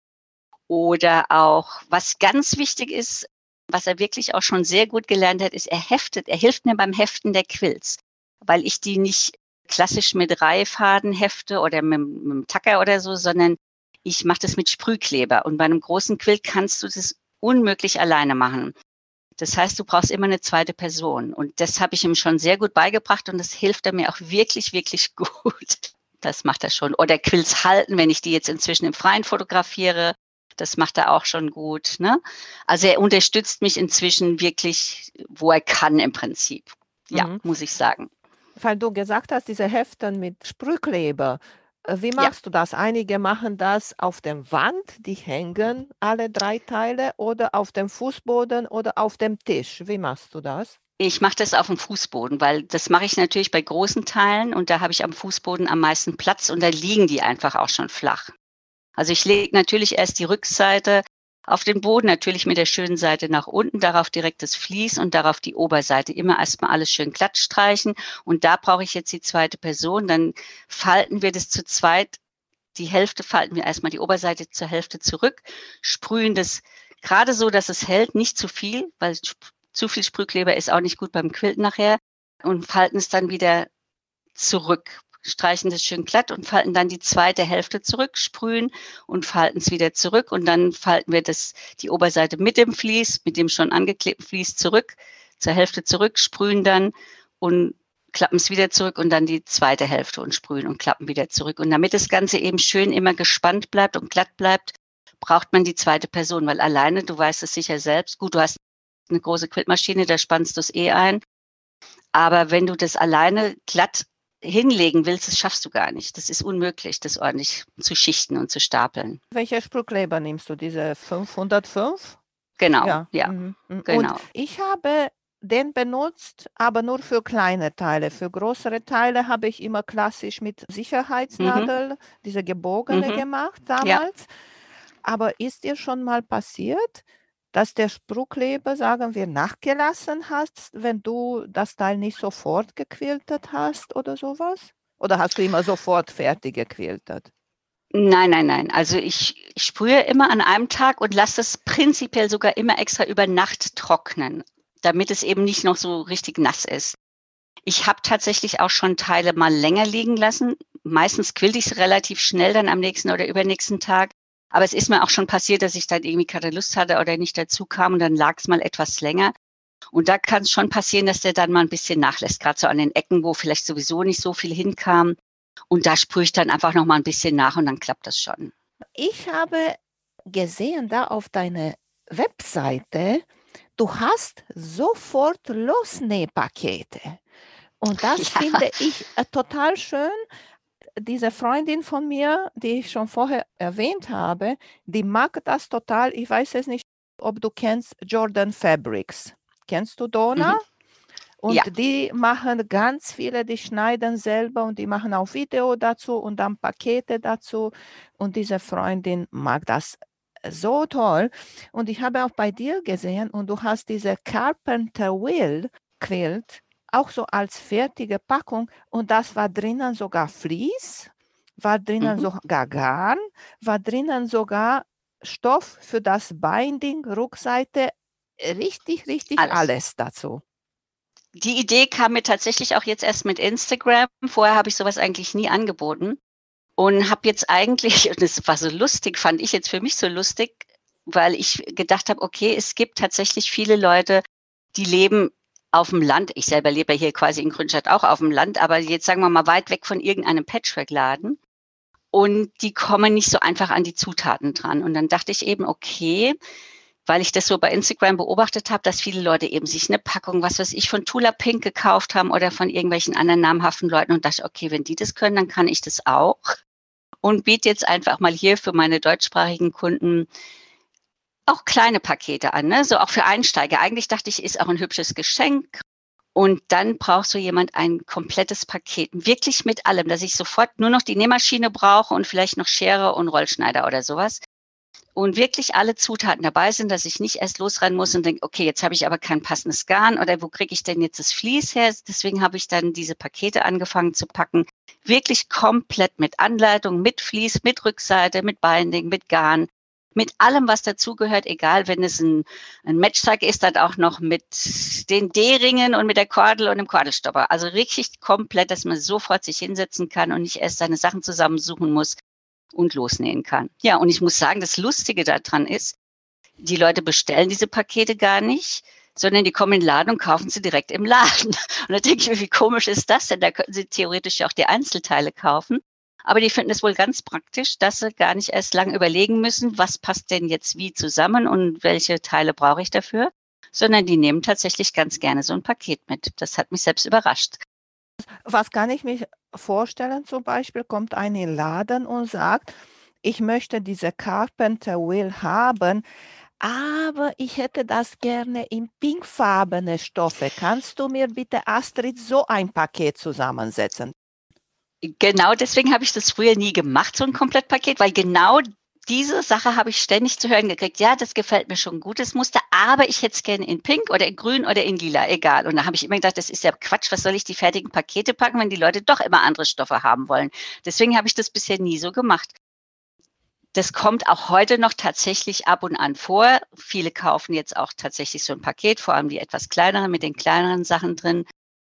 Oder auch, was ganz wichtig ist, was er wirklich auch schon sehr gut gelernt hat, ist, er hilft mir beim Heften der Quills, weil ich die nicht klassisch mit Reihfaden hefte oder mit dem Tacker oder so, sondern ich mache das mit Sprühkleber. Und bei einem großen Quilt kannst du das unmöglich alleine machen. Das heißt, du brauchst immer eine zweite Person. Und das habe ich ihm schon sehr gut beigebracht und das hilft er mir auch wirklich, wirklich gut. Das macht er schon. Oder Quilts halten, wenn ich die jetzt inzwischen im Freien fotografiere. Das macht er auch schon gut. Ne? Also er unterstützt mich inzwischen wirklich, wo er kann im Prinzip. Ja, Mhm. muss ich sagen. Weil du gesagt hast, diese Heften mit Sprühkleber. Wie Ja. machst du das? Einige machen das auf der Wand, die hängen alle 3 Teile oder auf dem Fußboden oder auf dem Tisch. Wie machst du das? Ich mache das auf dem Fußboden, weil das mache ich natürlich bei großen Teilen und da habe ich am Fußboden am meisten Platz und da liegen die einfach auch schon flach. Also ich lege natürlich erst die Rückseite auf den Boden, natürlich mit der schönen Seite nach unten, darauf direkt das Vlies und darauf die Oberseite. Immer erstmal alles schön glatt streichen und da brauche ich jetzt die zweite Person. Dann falten wir das zu zweit. Die Hälfte falten wir erstmal die Oberseite zur Hälfte zurück, sprühen das gerade so, dass es hält, nicht zu viel, weil zu viel Sprühkleber ist auch nicht gut beim Quilten nachher und falten es dann wieder zurück, streichen das schön glatt und falten dann die zweite Hälfte zurück, sprühen und falten es wieder zurück und dann falten wir die Oberseite mit dem Vlies, mit dem schon angeklebten Vlies zurück, zur Hälfte zurück, sprühen dann und klappen es wieder zurück und dann die zweite Hälfte und sprühen und klappen wieder zurück. Und damit das Ganze eben schön immer gespannt bleibt und glatt bleibt, braucht man die zweite Person, weil alleine, du weißt es sicher selbst, gut, du hast eine große Quiltmaschine, da spannst du es ein, aber wenn du das alleine glatt hinlegen willst, das schaffst du gar nicht. Das ist unmöglich, das ordentlich zu schichten und zu stapeln. Welche Sprühkleber nimmst du? Diese 505? Genau, Ja. ja, Und genau. ich habe den benutzt, aber nur für kleine Teile. Für größere Teile habe ich immer klassisch mit Mhm, Sicherheitsnadel diese gebogene mhm, gemacht ja. damals. Aber ist dir schon mal passiert, dass der Sprühkleber, sagen wir, nachgelassen hast, wenn du das Teil nicht sofort gequiltet hast oder sowas? Oder hast du immer sofort fertig gequiltet? Nein, nein, nein. Also ich sprühe immer an einem Tag und lasse es prinzipiell sogar immer extra über Nacht trocknen, damit es eben nicht noch so richtig nass ist. Ich habe tatsächlich auch schon Teile mal länger liegen lassen. Meistens quilte ich es relativ schnell dann am nächsten oder übernächsten Tag. Aber es ist mir auch schon passiert, dass ich dann irgendwie keine Lust hatte oder nicht dazu kam und dann lag es mal etwas länger. Und da kann es schon passieren, dass der dann mal ein bisschen nachlässt, gerade so an den Ecken, wo vielleicht sowieso nicht so viel hinkam. Und da sprühe ich dann einfach noch mal ein bisschen nach und dann klappt das schon. Ich habe gesehen da auf deiner Webseite, du hast sofort Losnähpakete. Und das Ja, finde ich total schön. Diese Freundin von mir, die ich schon vorher erwähnt habe, die mag das total. Ich weiß es nicht, ob du kennst Jordan Fabrics. Kennst du Donna? mhm. Ja, Und die machen ganz viele, die schneiden selber und die machen auch Video dazu und dann Pakete dazu. Und diese Freundin mag das so toll. Und ich habe auch bei dir gesehen und du hast diese Carpenter Will Quilt auch so als fertige Packung und das war drinnen sogar Vlies, war drinnen mhm. sogar Garn, war drinnen sogar Stoff für das Binding, Rückseite, richtig, richtig Alles. alles dazu. Die Idee kam mir tatsächlich auch jetzt erst mit Instagram. Vorher habe ich sowas eigentlich nie angeboten und habe jetzt eigentlich und das war so lustig, fand ich jetzt für mich so lustig, weil ich gedacht habe: „Okay, es gibt tatsächlich viele Leute, die leben auf dem Land.“ Ich selber lebe ja hier quasi in Grünstadt auch auf dem Land, aber jetzt sagen wir mal weit weg von irgendeinem Patchwork-Laden. und die kommen nicht so einfach an die Zutaten dran. Und dann dachte ich eben, okay, weil ich das so bei Instagram beobachtet habe, dass viele Leute eben sich eine Packung, was weiß ich, von Tula Pink gekauft haben oder von irgendwelchen anderen namhaften Leuten und dachte, okay, wenn die das können, dann kann ich das auch. Und biete jetzt einfach mal hier für meine deutschsprachigen Kunden auch kleine Pakete an, ne? So auch für Einsteiger. Eigentlich dachte ich, ist auch ein hübsches Geschenk. Und dann braucht so jemand ein komplettes Paket, wirklich mit allem, dass ich sofort nur noch die Nähmaschine brauche und vielleicht noch Schere und Rollschneider oder sowas. Und wirklich alle Zutaten dabei sind, dass ich nicht erst losrennen muss und denke, okay, jetzt habe ich aber kein passendes Garn oder wo kriege ich denn jetzt das Vlies her? Deswegen habe ich dann diese Pakete angefangen zu packen. Wirklich komplett mit Anleitung, mit Vlies, mit Rückseite, mit Binding, mit Garn, mit allem, was dazugehört, egal, wenn es ein Matchsack ist, dann auch noch mit den D-Ringen und mit der Kordel und dem Kordelstopper. Also richtig komplett, dass man sofort sich hinsetzen kann und nicht erst seine Sachen zusammensuchen muss und losnähen kann. Ja, und ich muss sagen, das Lustige daran ist, die Leute bestellen diese Pakete gar nicht, sondern die kommen in den Laden und kaufen sie direkt im Laden. Und da denke ich mir, wie komisch ist das denn? Da könnten sie theoretisch ja auch die Einzelteile kaufen. Aber die finden es wohl ganz praktisch, dass sie gar nicht erst lang überlegen müssen, was passt denn jetzt wie zusammen und welche Teile brauche ich dafür, sondern die nehmen tatsächlich ganz gerne so ein Paket mit. Das hat mich selbst überrascht. Was kann ich mir vorstellen zum Beispiel, kommt ein in den Laden und sagt: „Ich möchte diese Carpenter Wheel haben, aber ich hätte das gerne in pinkfarbene Stoffe. Kannst du mir bitte, Astrid, so ein Paket zusammensetzen?“ Genau deswegen habe ich das früher nie gemacht, so 'n Komplettpaket, weil genau diese Sache habe ich ständig zu hören gekriegt: „Ja, das gefällt mir schon gut, das Muster, aber ich hätte es gerne in Pink oder in Grün oder in Lila, egal.“ Und da habe ich immer gedacht: „Das ist ja Quatsch, was soll ich die fertigen Pakete packen, wenn die Leute doch immer andere Stoffe haben wollen?“ Deswegen habe ich das bisher nie so gemacht. Das kommt auch heute noch tatsächlich ab und an vor. Viele kaufen jetzt auch tatsächlich so 'n Paket, vor allem die etwas kleineren mit den kleineren Sachen drin.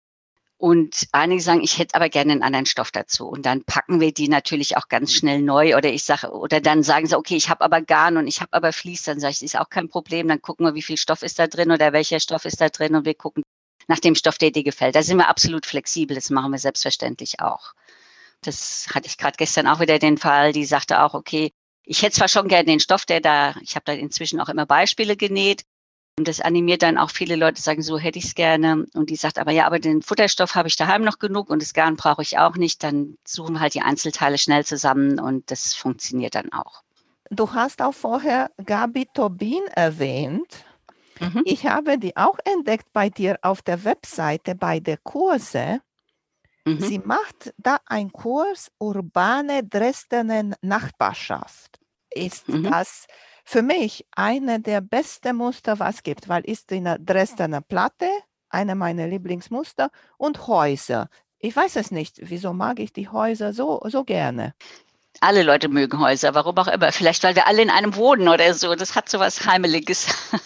Und einige sagen: „Ich hätte aber gerne 'nen anderen Stoff dazu.“ Und dann packen wir die natürlich auch ganz schnell neu oder ich sage oder dann sagen sie: „Okay, ich habe aber Garn und ich habe aber Vlies.“ Dann sage ich: „Ist auch kein Problem, dann gucken wir, wie viel Stoff ist da drin oder welcher Stoff ist da drin und wir gucken nach dem Stoff, der dir gefällt.“ Da sind wir absolut flexibel, das machen wir selbstverständlich auch. Das hatte ich grad gestern auch wieder den Fall, die sagte auch: „Okay, ich hätte zwar schon gerne den Stoff, der da“, ich habe da inzwischen auch immer Beispiele genäht, und das animiert dann auch viele Leute, sagen: „So hätte ich's gerne.“ Und die sagt aber: „Ja, aber den Futterstoff habe ich daheim noch genug und das Garn brauche ich auch nicht.“ Dann suchen wir halt die Einzelteile schnell zusammen und das funktioniert dann auch. Du hast auch vorher Gabi Tobin erwähnt. Mhm, Ich habe die auch entdeckt bei dir auf der Webseite bei der Kurse. mhm, Sie macht da einen Kurs „Urbane Dresdener Nachbarschaft“. Ist mhm. das für mich eine der besten Muster, was gibt, weil ist in der Dresdner Platte, eine meiner Lieblingsmuster und Häuser. Ich weiß es nicht, wieso mag ich die Häuser so gerne. Alle Leute mögen Häuser, warum auch immer. Vielleicht, weil wir alle in einem wohnen oder so. Das hat so was Heimeliges.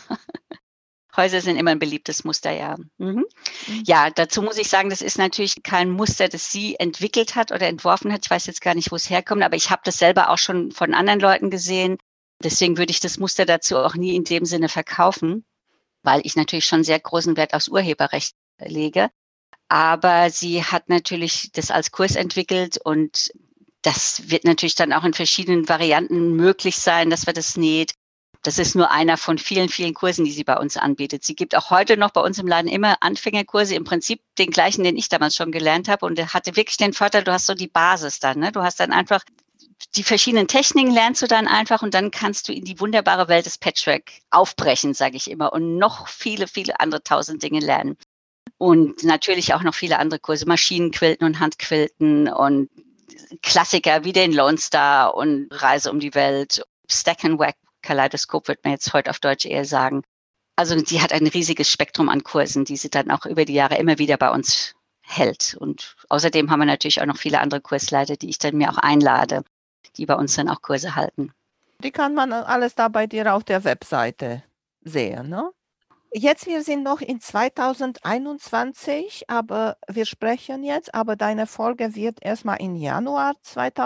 Häuser sind immer 'n beliebtes Muster, ja. Mhm. Mhm. Ja, dazu muss ich sagen, das ist natürlich kein Muster, das sie entwickelt hat oder entworfen hat. Ich weiß jetzt gar nicht, wo's herkommt, aber ich habe das selber auch schon von anderen Leuten gesehen. Deswegen würde ich das Muster dazu auch nie in dem Sinne verkaufen, weil ich natürlich schon sehr großen Wert aufs Urheberrecht lege. Aber sie hat natürlich das als Kurs entwickelt und das wird natürlich dann auch in verschiedenen Varianten möglich sein, dass wir das näht. Das ist nur einer von vielen, vielen Kursen, die sie bei uns anbietet. Sie gibt auch heute noch bei uns im Laden immer Anfängerkurse, im Prinzip den gleichen, den ich damals schon gelernt habe. Und der hatte wirklich den Vorteil, du hast so die Basis dann. Ne? Du hast dann einfach die verschiedenen Techniken lernst du dann einfach und dann kannst du in die wunderbare Welt des Patchwork aufbrechen, sage ich immer, und noch viele, viele andere tausend Dinge lernen. Und natürlich auch noch viele andere Kurse, Maschinenquilten und Handquilten und Klassiker wie den Lone Star und Reise um die Welt, Stack and Wack, Kaleidoskop wird man jetzt heute auf Deutsch eher sagen. Also, die hat ein riesiges Spektrum an Kursen, die sie dann auch über die Jahre immer wieder bei uns hält. Und außerdem haben wir natürlich auch noch viele andere Kursleiter, die ich dann mir auch einlade, die bei uns dann auch Kurse halten. Die kann man alles da bei dir auf der Webseite sehen, ne? Jetzt wir sind noch in 2021, aber wir sprechen jetzt, aber deine Folge wird erst mal im Januar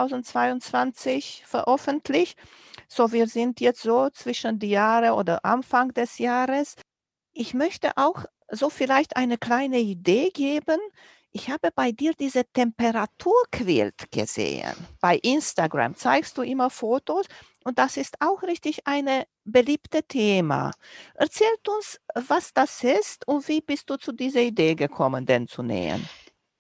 2022 veröffentlicht. So, wir sind jetzt so zwischen die Jahre oder Anfang des Jahres. Ich möchte auch so vielleicht eine kleine Idee geben. Ich habe bei dir diese Temperaturquilt gesehen. Bei Instagram zeigst du immer Fotos und das ist auch richtig ein beliebtes Thema. Erzählt uns, was das ist und wie bist du zu dieser Idee gekommen, den zu nähen?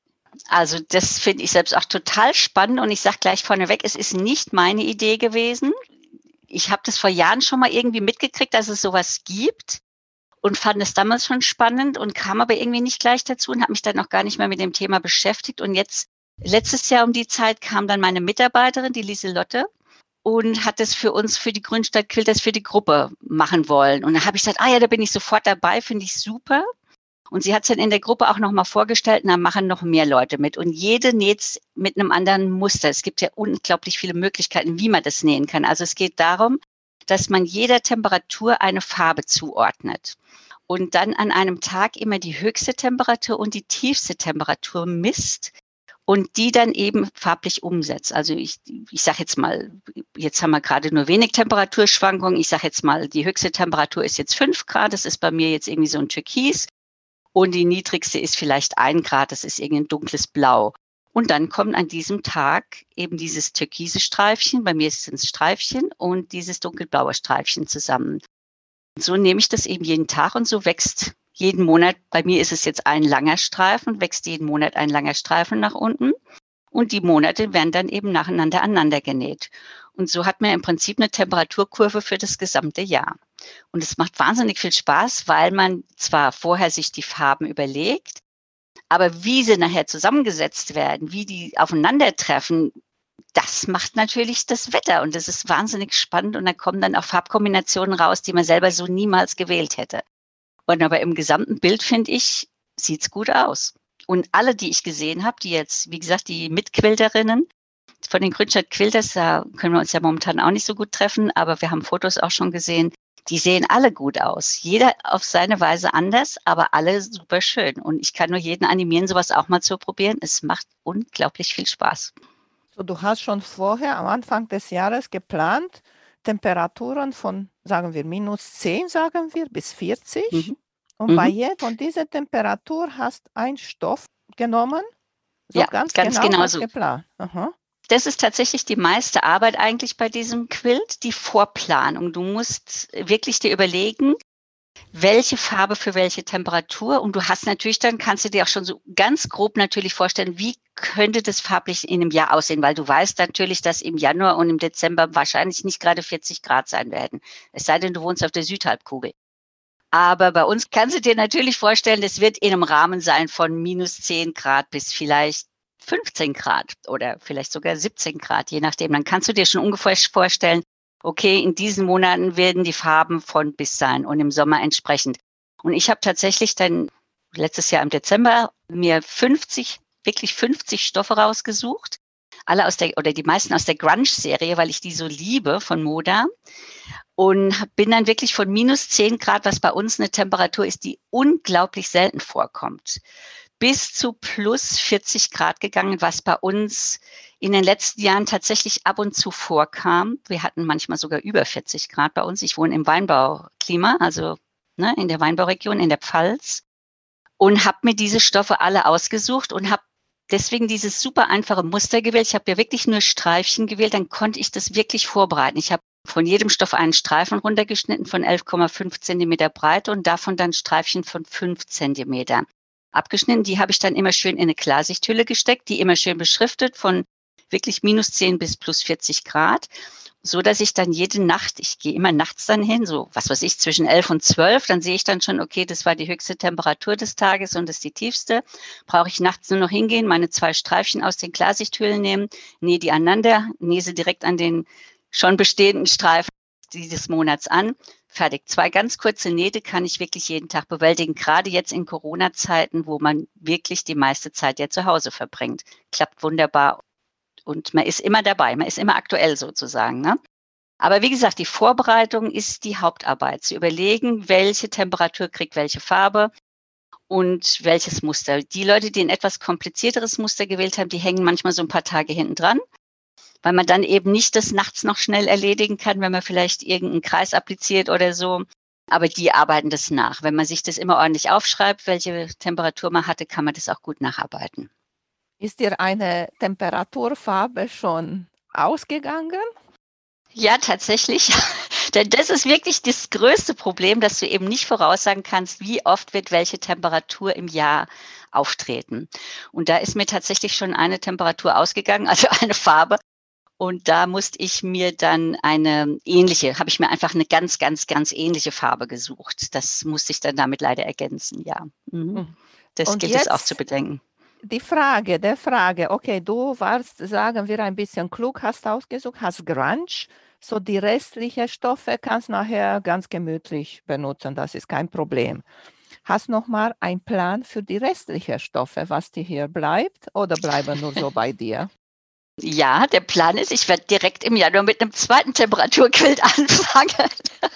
Also das finde ich selbst auch total spannend und ich sage gleich vorneweg, es ist nicht meine Idee gewesen. Ich habe das vor Jahren schon mal irgendwie mitgekriegt, dass es sowas gibt und fand es damals schon spannend und kam aber irgendwie nicht gleich dazu und habe mich dann auch gar nicht mehr mit dem Thema beschäftigt. Und jetzt, letztes Jahr um die Zeit, kam dann meine Mitarbeiterin, die Lieselotte, und hat das für uns, für die Grünstadt Quilters, für die Gruppe machen wollen. Und dann habe ich gesagt, ah ja, da bin ich sofort dabei, finde ich super. Und sie hat es dann in der Gruppe auch nochmal vorgestellt, und da machen noch mehr Leute mit. Und jede näht mit einem anderen Muster. Es gibt ja unglaublich viele Möglichkeiten, wie man das nähen kann. Also es geht darum, dass man jeder Temperatur eine Farbe zuordnet und dann an einem Tag immer die höchste Temperatur und die tiefste Temperatur misst und die dann eben farblich umsetzt. Also ich sage jetzt mal, jetzt haben wir gerade nur wenig Temperaturschwankungen. Ich sage jetzt mal, die höchste Temperatur ist jetzt 5 Grad. Das ist bei mir jetzt irgendwie so ein Türkis. Und die niedrigste ist vielleicht 1 Grad, das ist irgendein dunkles Blau. Und dann kommt an diesem Tag eben dieses türkise Streifchen, bei mir ist es ein Streifchen, und dieses dunkelblaue Streifchen zusammen. Und so nehme ich das eben jeden Tag und so wächst jeden Monat, bei mir ist es jetzt ein langer Streifen, wächst jeden Monat ein langer Streifen nach unten. Und die Monate werden dann eben nacheinander aneinander genäht. Und so hat man im Prinzip eine Temperaturkurve für das gesamte Jahr. Und es macht wahnsinnig viel Spaß, weil man zwar vorher sich die Farben überlegt, aber wie sie nachher zusammengesetzt werden, wie die aufeinandertreffen, das macht natürlich das Wetter. Und das ist wahnsinnig spannend. Und da kommen dann auch Farbkombinationen raus, die man selber so niemals gewählt hätte. Und aber im gesamten Bild, finde ich, sieht's gut aus. Und alle, die ich gesehen habe, die jetzt, wie gesagt, die Mitquilterinnen von den Grünstadt Quilters, da können wir uns ja momentan auch nicht so gut treffen, aber wir haben Fotos auch schon gesehen, die sehen alle gut aus. Jeder auf seine Weise anders, aber alle super schön. Und ich kann nur jeden animieren, sowas auch mal zu probieren. Es macht unglaublich viel Spaß. So, du hast schon vorher am Anfang des Jahres geplant, Temperaturen von, sagen wir, -10, sagen wir, bis 40. Mhm. Und bei Mhm. von dieser Temperatur hast ein Stoff genommen, so Ja, ganz ganz genau genau als so. geplant. Aha. Das ist tatsächlich die meiste Arbeit eigentlich bei diesem Quilt, die Vorplanung. Du musst wirklich dir überlegen, welche Farbe für welche Temperatur. Und du hast natürlich dann, kannst du dir auch schon so ganz grob natürlich vorstellen, wie könnte das farblich in einem Jahr aussehen, weil du weißt natürlich, dass im Januar und im Dezember wahrscheinlich nicht gerade 40 Grad sein werden. Es sei denn, du wohnst auf der Südhalbkugel. Aber bei uns kannst du dir natürlich vorstellen, das wird in einem Rahmen sein von -10 Grad bis vielleicht 15 Grad oder vielleicht sogar 17 Grad, je nachdem. Dann kannst du dir schon ungefähr vorstellen, okay, in diesen Monaten werden die Farben von bis sein und im Sommer entsprechend. Und ich habe tatsächlich dann letztes Jahr im Dezember mir 50, wirklich 50 Stoffe rausgesucht. Alle aus der, oder die meisten aus der Grunge-Serie, weil ich die so liebe von Moda. Und bin dann wirklich von -10 Grad, was bei uns eine Temperatur ist, die unglaublich selten vorkommt, bis zu +40 Grad gegangen, was bei uns in den letzten Jahren tatsächlich ab und zu vorkam. Wir hatten manchmal sogar über 40 Grad bei uns. Ich wohne im Weinbauklima, also in der Weinbauregion in der Pfalz, und habe mir diese Stoffe alle ausgesucht und habe deswegen dieses super einfache Muster gewählt. Ich habe ja wirklich nur Streifchen gewählt, dann konnte ich das wirklich vorbereiten. Ich habe von jedem Stoff einen Streifen runtergeschnitten von 11,5 Zentimeter Breite und davon dann Streifchen von 5 Zentimeter abgeschnitten. Die habe ich dann immer schön in eine Klarsichthülle gesteckt, die immer schön beschriftet von wirklich -10 bis +40 Grad, so dass ich dann jede Nacht, ich gehe immer nachts dann hin, so was weiß ich, zwischen 11 und 12, dann sehe ich dann schon, okay, das war die höchste Temperatur des Tages und das ist die tiefste. Brauche ich nachts nur noch hingehen, meine 2 Streifchen aus den Klarsichthüllen nehmen, nähe die aneinander, nähe sie direkt an den schon bestehenden Streifen dieses Monats an. Fertig. 2 ganz kurze Nähte kann ich wirklich jeden Tag bewältigen, gerade jetzt in Corona-Zeiten, wo man wirklich die meiste Zeit ja zu Hause verbringt. Klappt wunderbar und man ist immer dabei, man ist immer aktuell sozusagen. Ne? Aber wie gesagt, die Vorbereitung ist die Hauptarbeit. Zu überlegen, welche Temperatur kriegt welche Farbe und welches Muster. Die Leute, die ein etwas komplizierteres Muster gewählt haben, die hängen manchmal so ein paar Tage hinten dran, weil man dann eben nicht das nachts noch schnell erledigen kann, wenn man vielleicht irgendeinen Kreis appliziert oder so. Aber die arbeiten das nach. Wenn man sich das immer ordentlich aufschreibt, welche Temperatur man hatte, kann man das auch gut nacharbeiten. Ist dir eine Temperaturfarbe schon ausgegangen? Ja, tatsächlich. Denn das ist wirklich das größte Problem, dass du eben nicht voraussagen kannst, wie oft wird welche Temperatur im Jahr auftreten. Und da ist mir tatsächlich schon eine Temperatur ausgegangen, also eine Farbe. Und da musste ich mir dann habe ich mir einfach eine ganz, ganz, ganz ähnliche Farbe gesucht. Das musste ich dann damit leider ergänzen, ja. Mhm. Hm. Das Und gilt es auch zu jetzt bedenken. der Frage, okay, du warst, sagen wir, ein bisschen klug, hast ausgesucht, hast Grunge, so die restlichen Stoffe kannst nachher ganz gemütlich benutzen, das ist kein Problem. Hast noch mal einen Plan für die restlichen Stoffe, was dir hier bleibt oder bleiben nur so bei dir? Ja, der Plan ist, ich werde direkt im Januar mit einem zweiten Temperaturquilt anfangen,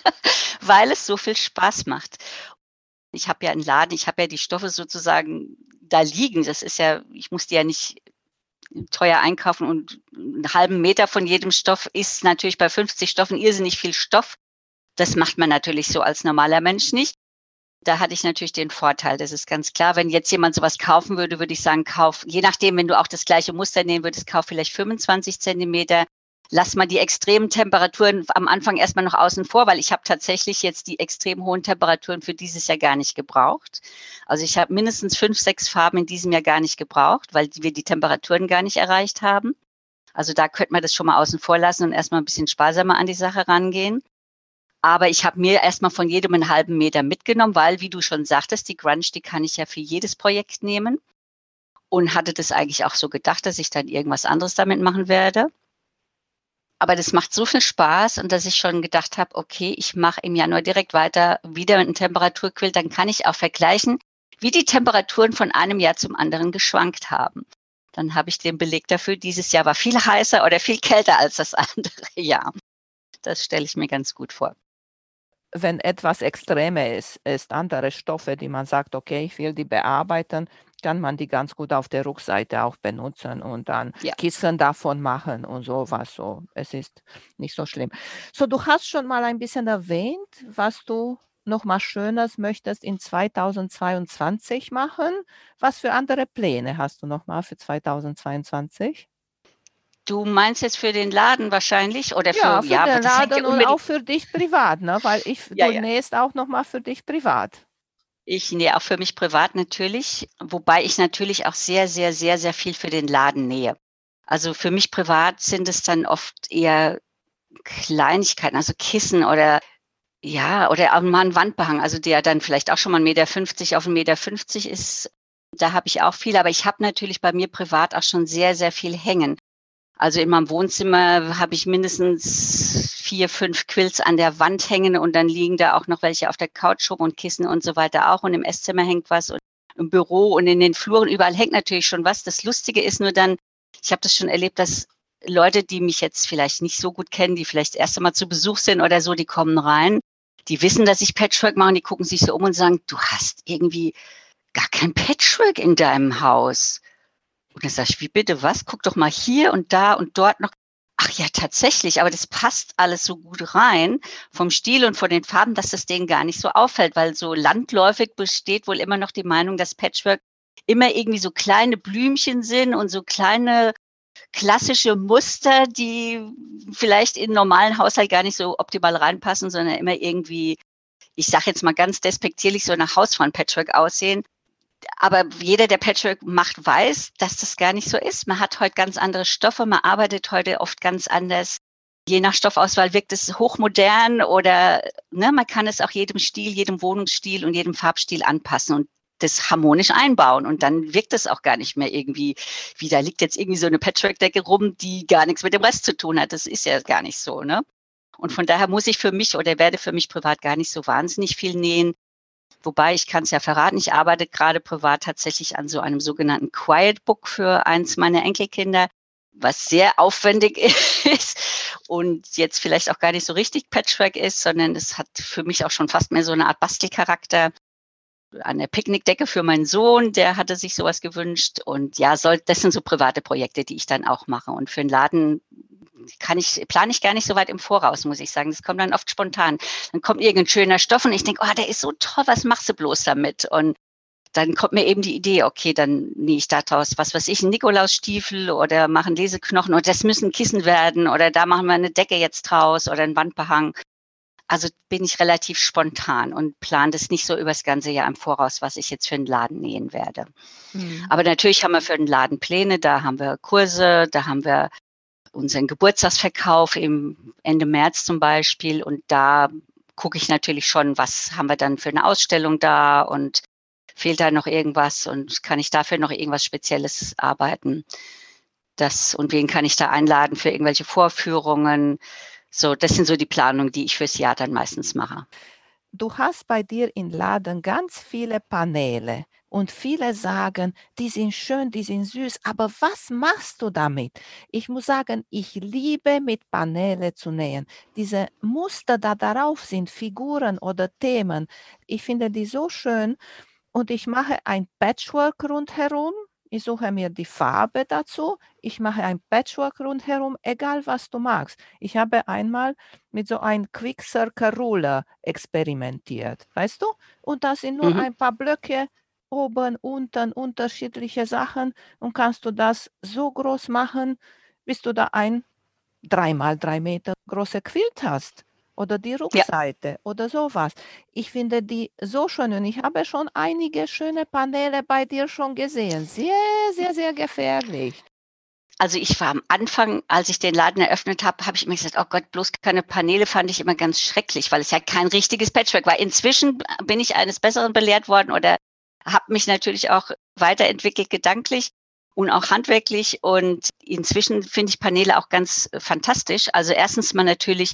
weil es so viel Spaß macht. Ich habe ja einen Laden, ich habe ja die Stoffe sozusagen da liegen. Das ist ja ich muss die ja nicht teuer einkaufen und 'n halben Meter von jedem Stoff ist natürlich bei 50 Stoffen irrsinnig viel Stoff. Das macht man natürlich so als normaler Mensch nicht. Da hatte ich natürlich den Vorteil, das ist ganz klar. Wenn jetzt jemand so was kaufen würde, würde ich sagen, kauf je nachdem, wenn du auch das gleiche Muster nehmen würdest, kauf vielleicht 25 Zentimeter. Lass mal die extremen Temperaturen am Anfang erst mal noch außen vor, weil ich habe tatsächlich jetzt die extrem hohen Temperaturen für dieses Jahr gar nicht gebraucht. Also, ich habe mindestens 5, 6 Farben in diesem Jahr gar nicht gebraucht, weil wir die Temperaturen gar nicht erreicht haben. Also, da könnte man das schon mal außen vor lassen und erst mal 'n bisschen sparsamer an die Sache rangehen. Aber ich habe mir erst mal von jedem 'n halben Meter mitgenommen, weil, wie du schon sagtest, die Grunge, die kann ich ja für jedes Projekt nehmen und hatte das eigentlich auch so gedacht, dass ich dann irgendwas anderes damit machen werde. Aber das macht so viel Spaß und dass ich schon gedacht habe: „Okay, ich mache im Januar direkt weiter wieder mit 'n Temperaturquilt, dann kann ich auch vergleichen, wie die Temperaturen von einem Jahr zum anderen geschwankt haben.“ Dann habe ich den Beleg dafür, dieses Jahr war viel heißer oder viel kälter als das andere Jahr. Das stelle ich mir ganz gut vor. Wenn etwas extremer ist andere Stoffe, die man sagt: „Okay, ich will die bearbeiten“, kann man die ganz gut auf der Rückseite auch benutzen und dann Ja. Kissen davon machen und so was so. Es ist nicht so schlimm. So, du hast schon mal ein bisschen erwähnt, was du noch mal Schönes möchtest in 2022 machen. Was für andere Pläne hast du noch mal für 2022? Du meinst jetzt für den Laden wahrscheinlich oder Ja, für für ja, aber den das hängt ja Laden und auch unbedingt für dich privat, ne? Weil ja, du ja. nähst auch noch mal für dich privat. Ich nähe auch für mich privat natürlich, wobei ich natürlich auch sehr, sehr, sehr, sehr viel für den Laden nähe. Also, für mich privat sind es dann oft eher Kleinigkeiten, also Kissen oder ja, oder auch mal 'n Wandbehang, also der dann vielleicht auch schon mal 1,50 m auf 1,50 m ist. Da habe ich auch viel, aber ich habe natürlich bei mir privat auch schon sehr, sehr viel hängen. Also, in meinem Wohnzimmer habe ich mindestens 4, 5 Quilts an der Wand hängen und dann liegen da auch noch welche auf der Couch rum und Kissen und so weiter auch und im Esszimmer hängt was und im Büro und in den Fluren, überall hängt natürlich schon was. Das Lustige ist nur dann, ich habe das schon erlebt, dass Leute, die mich jetzt vielleicht nicht so gut kennen, die vielleicht das erste Mal zu Besuch sind oder so, die kommen rein, die wissen, dass ich Patchwork mache und die gucken sich so um und sagen: „Du hast irgendwie gar kein Patchwork in deinem Haus.“ Und dann sage ich: „Wie bitte, was? Guck doch mal hier und da und dort noch.“ Ach ja, tatsächlich, aber das passt alles so gut rein vom Stil und von den Farben, dass das denen gar nicht so auffällt, weil so landläufig besteht wohl immer noch die Meinung, dass Patchwork immer irgendwie so kleine Blümchen sind und so kleine klassische Muster, die vielleicht in 'n normalen Haushalt gar nicht so optimal reinpassen, sondern immer irgendwie, ich sage jetzt mal ganz despektierlich, so nach Hausfrauen-Patchwork aussehen. Aber jeder, der Patchwork macht, weiß, dass das gar nicht so ist. Man hat heute ganz andere Stoffe, man arbeitet heute oft ganz anders. Je nach Stoffauswahl wirkt es hochmodern oder, ne, man kann es auch jedem Stil, jedem Wohnungsstil und jedem Farbstil anpassen und das harmonisch einbauen. Und dann wirkt es auch gar nicht mehr irgendwie wie da liegt jetzt irgendwie so eine Patchwork-Decke rum, die gar nichts mit dem Rest zu tun hat. Das ist ja gar nicht so, ne? Und von daher muss ich für mich oder werde für mich privat gar nicht so wahnsinnig viel nähen. Wobei, ich kann es ja verraten, ich arbeite gerade privat tatsächlich an so einem sogenannten Quiet Book für eins meiner Enkelkinder, was sehr aufwendig ist und jetzt vielleicht auch gar nicht so richtig Patchwork ist, sondern es hat für mich auch schon fast mehr so eine Art Bastelcharakter. Eine Picknickdecke für meinen Sohn, der hatte sich so was gewünscht und ja, das sind so private Projekte, die ich dann auch mache und für 'n Laden plane ich gar nicht so weit im Voraus, muss ich sagen. Das kommt dann oft spontan. Dann kommt irgendein schöner Stoff und ich denke, oh, der ist so toll, was machst du bloß damit? Und dann kommt mir eben die Idee, okay, dann nähe ich da draus, was weiß ich, einen Nikolausstiefel oder mache einen Leseknochen und das müssen Kissen werden oder da machen wir eine Decke jetzt draus oder einen Wandbehang. Also bin ich relativ spontan und plane das nicht so übers ganze Jahr im Voraus, was ich jetzt für einen Laden nähen werde. Aber natürlich haben wir für den Laden Pläne, da haben wir Kurse, da haben wir unseren Geburtstagsverkauf im Ende März zum Beispiel und da gucke ich natürlich schon, was haben wir dann für eine Ausstellung da und fehlt da noch irgendwas und kann ich dafür noch irgendwas Spezielles arbeiten? Und wen kann ich da einladen für irgendwelche Vorführungen? So, das sind so die Planungen, die ich fürs Jahr dann meistens mache. Du hast bei dir im Laden ganz viele Paneele und viele sagen, die sind schön, die sind süß, aber was machst du damit? Ich muss sagen, ich liebe mit Paneele zu nähen. Diese Muster da darauf sind, Figuren oder Themen. Ich finde die so schön und ich mache ein Patchwork rundherum. Ich suche mir die Farbe dazu. Ich mache ein Patchwork rundherum, egal was du magst. Ich habe einmal mit so einem Quick Circle Ruler experimentiert, weißt du? Und da sind nur Mhm. ein paar Blöcke oben, unten, unterschiedliche Sachen und kannst du das so groß machen, bis du da ein 3 mal 3 Meter große Quilt hast oder die Ja, Rückseite oder sowas. Ich finde die so schön und ich habe schon einige schöne Paneele bei dir schon gesehen. Sehr, sehr, sehr gefährlich. also ich war am Anfang, als ich den Laden eröffnet habe, habe ich immer gesagt, oh Gott, bloß keine Paneele fand ich immer ganz schrecklich, weil es ja kein richtiges Patchwork war. Inzwischen bin ich eines Besseren belehrt worden oder habe mich natürlich auch weiterentwickelt gedanklich und auch handwerklich. Und inzwischen finde ich Paneele auch ganz fantastisch. Also erstens mal natürlich,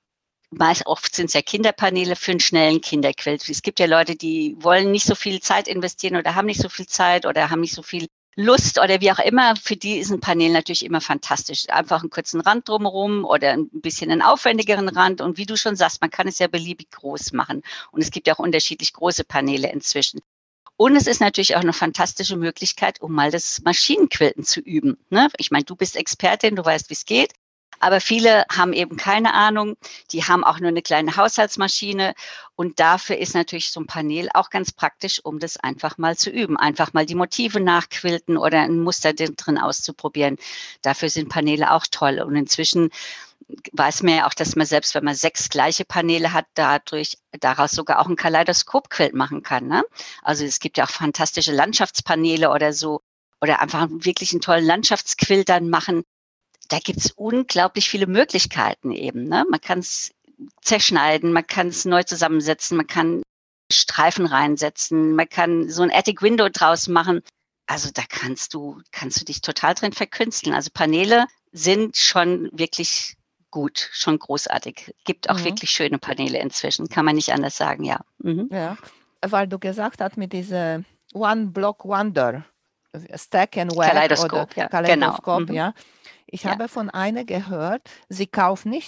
meist oft sind es ja Kinderpaneele für einen schnellen Kinderquilt. Es gibt ja Leute, die wollen nicht so viel Zeit investieren oder haben nicht so viel Zeit oder haben nicht so viel Lust oder wie auch immer. Für die ist ein Panel natürlich immer fantastisch. Einfach einen kurzen Rand drumherum oder ein bisschen einen aufwendigeren Rand. Und wie du schon sagst, man kann es ja beliebig groß machen. Und es gibt ja auch unterschiedlich große Paneele inzwischen. Und es ist natürlich auch eine fantastische Möglichkeit, um mal das Maschinenquilten zu üben. Ne? Ich meine, du bist Expertin, du weißt, wie es geht. Aber viele haben eben keine Ahnung. Die haben auch nur eine kleine Haushaltsmaschine. Und dafür ist natürlich so ein Panel auch ganz praktisch, um das einfach mal zu üben. Einfach mal die Motive nachquilten oder ein Muster drin auszuprobieren. Dafür sind Paneele auch toll. Und inzwischen weiß man ja auch, dass man selbst, wenn man 6 gleiche Paneele hat, daraus sogar auch ein Kaleidoskopquilt machen kann. Ne? Also es gibt ja auch fantastische Landschaftspaneele oder so. Oder einfach wirklich einen tollen Landschaftsquilt dann machen. Da gibt es unglaublich viele Möglichkeiten eben. Ne? Man kann es zerschneiden, man kann es neu zusammensetzen, man kann Streifen reinsetzen, man kann so ein Attic Window draus machen. Also da kannst du dich total drin verkünsteln. Also Paneele sind schon wirklich gut, schon großartig. Gibt auch Mhm. wirklich schöne Paneele inzwischen, kann man nicht anders sagen, ja. Mhm. Ja, weil du gesagt hast mit dieser One Block Wonder, Stack and Whack oder Kaleidoskop, ja, genau. Kaleidoskop, Mhm. ja. Ich Ja. habe von einer gehört, sie kauft nicht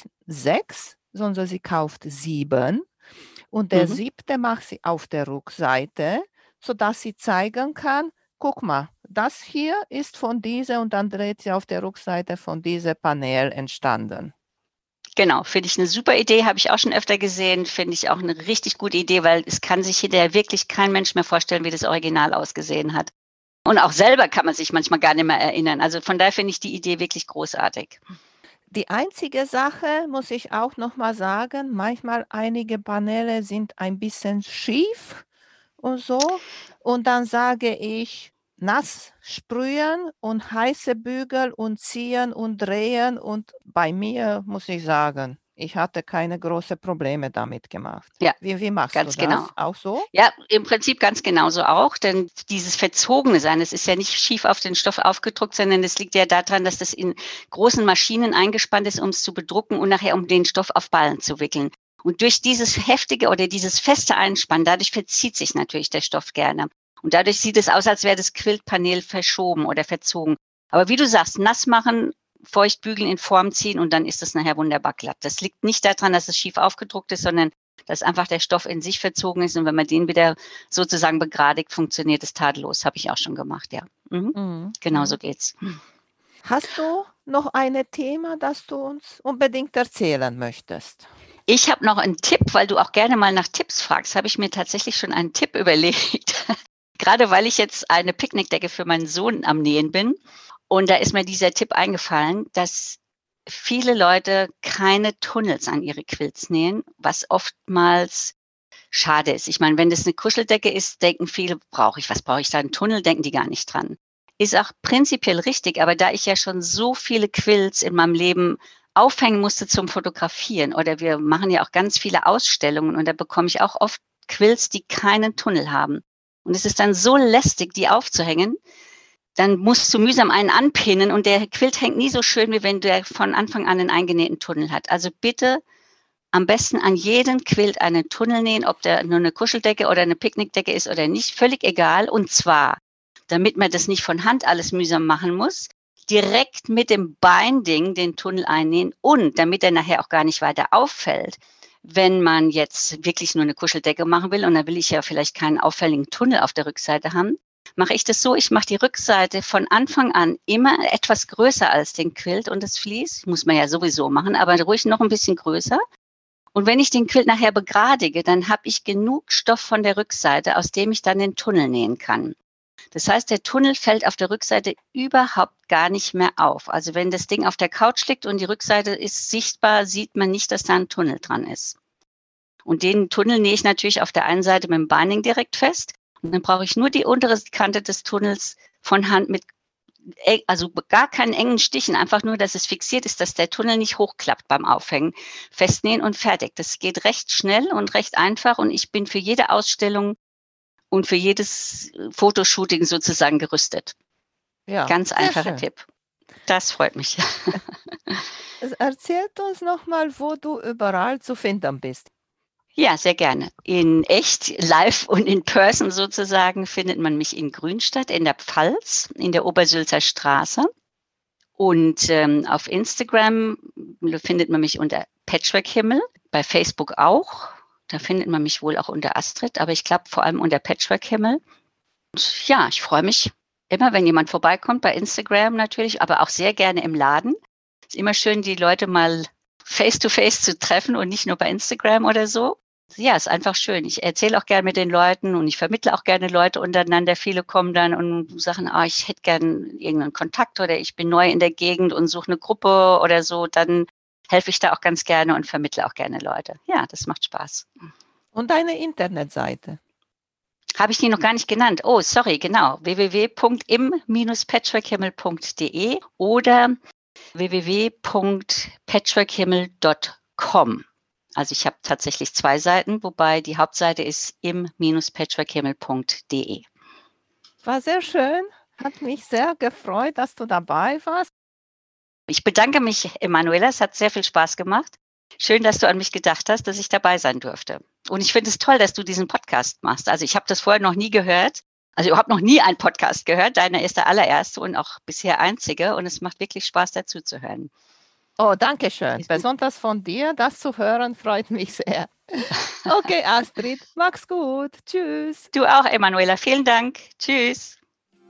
6, sondern sie kauft 7 und der Mhm. 7. macht sie auf der Rückseite, sodass sie zeigen kann, guck mal, das hier ist von dieser und dann dreht sie auf der Rückseite von diesem Panel entstanden. Genau, finde ich eine super Idee, habe ich auch schon öfter gesehen, finde ich auch eine richtig gute Idee, weil es kann sich hinterher wirklich kein Mensch mehr vorstellen, wie das Original ausgesehen hat. Und auch selber kann man sich manchmal gar nicht mehr erinnern. Also von daher finde ich die Idee wirklich großartig. Die einzige Sache muss ich auch noch mal sagen, manchmal einige Paneele sind ein bisschen schief und so. Und dann sage ich, nass sprühen und heiße Bügel und ziehen und drehen. Und bei mir muss ich sagen, ich hatte keine großen Probleme damit gemacht. Ja, Wie machst du ganz genau. das? Auch so? Ja, im Prinzip ganz genauso auch, denn dieses verzogene Sein, es ist ja nicht schief auf den Stoff aufgedruckt, sondern es liegt ja daran, dass das in großen Maschinen eingespannt ist, um es zu bedrucken und nachher um den Stoff auf Ballen zu wickeln. Und durch dieses heftige oder dieses feste Einspannen, dadurch verzieht sich natürlich der Stoff gerne. Und dadurch sieht es aus, als wäre das Quiltpanel verschoben oder verzogen. Aber wie du sagst, nass machen, feucht bügeln, in Form ziehen und dann ist es nachher wunderbar glatt. Das liegt nicht daran, dass es schief aufgedruckt ist, sondern dass einfach der Stoff in sich verzogen ist und wenn man den wieder sozusagen begradigt, funktioniert es tadellos. Habe ich auch schon gemacht, ja. Mhm. Mhm. Genau so Mhm. geht's. Hast du noch ein Thema, das du uns unbedingt erzählen möchtest? Ich habe noch einen Tipp, weil du auch gerne mal nach Tipps fragst, habe ich mir tatsächlich schon einen Tipp überlegt. Gerade weil ich jetzt eine Picknickdecke für meinen Sohn am Nähen bin. Und da ist mir dieser Tipp eingefallen, dass viele Leute keine Tunnels an ihre Quilts nähen, was oftmals schade ist. Ich meine, wenn das eine Kuscheldecke ist, denken viele, was brauche ich da einen Tunnel, denken die gar nicht dran. Ist auch prinzipiell richtig, aber da ich ja schon so viele Quilts in meinem Leben aufhängen musste zum Fotografieren oder wir machen ja auch ganz viele Ausstellungen und da bekomme ich auch oft Quilts, die keinen Tunnel haben. Und es ist dann so lästig, die aufzuhängen, dann musst du mühsam einen anpinnen und der Quilt hängt nie so schön, wie wenn der von Anfang an einen eingenähten Tunnel hat. Also bitte am besten an jeden Quilt einen Tunnel nähen, ob der nur eine Kuscheldecke oder eine Picknickdecke ist oder nicht, völlig egal. Und zwar, damit man das nicht von Hand alles mühsam machen muss, direkt mit dem Binding den Tunnel einnähen und damit er nachher auch gar nicht weiter auffällt. Wenn man jetzt wirklich nur eine Kuscheldecke machen will und da will ich ja vielleicht keinen auffälligen Tunnel auf der Rückseite haben, mache ich das so, ich mache die Rückseite von Anfang an immer etwas größer als den Quilt und das Vlies. Muss man ja sowieso machen, aber ruhig noch ein bisschen größer. Und wenn ich den Quilt nachher begradige, dann habe ich genug Stoff von der Rückseite, aus dem ich dann den Tunnel nähen kann. Das heißt, der Tunnel fällt auf der Rückseite überhaupt gar nicht mehr auf. Also wenn das Ding auf der Couch liegt und die Rückseite ist sichtbar, sieht man nicht, dass da ein Tunnel dran ist. Und den Tunnel nähe ich natürlich auf der einen Seite mit dem Binding direkt fest. Und dann brauche ich nur die untere Kante des Tunnels von Hand mit, also gar keinen engen Stichen, einfach nur, dass es fixiert ist, dass der Tunnel nicht hochklappt beim Aufhängen. Festnähen und fertig. Das geht recht schnell und recht einfach und ich bin für jede Ausstellung und für jedes Fotoshooting sozusagen gerüstet. Ja, Ganz sehr einfacher schön. Tipp. Das freut mich. Erzählt uns noch mal, wo du überall zu finden bist. Ja, sehr gerne. In echt, live und in person sozusagen findet man mich in Grünstadt in der Pfalz, in der Obersülzer Straße. Und auf Instagram findet man mich unter Patchwork-Himmel, bei Facebook auch. Da findet man mich wohl auch unter Astrid, aber ich glaube vor allem unter Patchwork-Himmel. Und ja, ich freue mich immer, wenn jemand vorbeikommt, bei Instagram natürlich, aber auch sehr gerne im Laden. Es ist immer schön, die Leute mal face-to-face zu treffen und nicht nur bei Instagram oder so. Ja, ist einfach schön. Ich erzähle auch gerne mit den Leuten und ich vermittle auch gerne Leute untereinander. Viele kommen dann und sagen, ich hätte gerne irgendeinen Kontakt oder ich bin neu in der Gegend und suche eine Gruppe oder so. Dann helfe ich da auch ganz gerne und vermittle auch gerne Leute. Ja, das macht Spaß. Und deine Internetseite. Habe ich die noch gar nicht genannt? Oh, sorry, genau. www.im-patchworkhimmel.de oder www.patchworkhimmel.com. Also ich habe tatsächlich 2 Seiten, wobei die Hauptseite ist im-patchworkhimmel.de. War sehr schön. Hat mich sehr gefreut, dass du dabei warst. Ich bedanke mich, Emanuela. Es hat sehr viel Spaß gemacht. Schön, dass du an mich gedacht hast, dass ich dabei sein durfte. Und ich finde es toll, dass du diesen Podcast machst. Also ich habe das vorher noch nie gehört. Also überhaupt noch nie einen Podcast gehört. Deiner ist der allererste und auch bisher einzige. Und es macht wirklich Spaß, dazu zu hören. Oh, danke schön. Besonders von dir, das zu hören, freut mich sehr. Okay, Astrid, mach's gut. Tschüss. Du auch, Emanuela. Vielen Dank. Tschüss.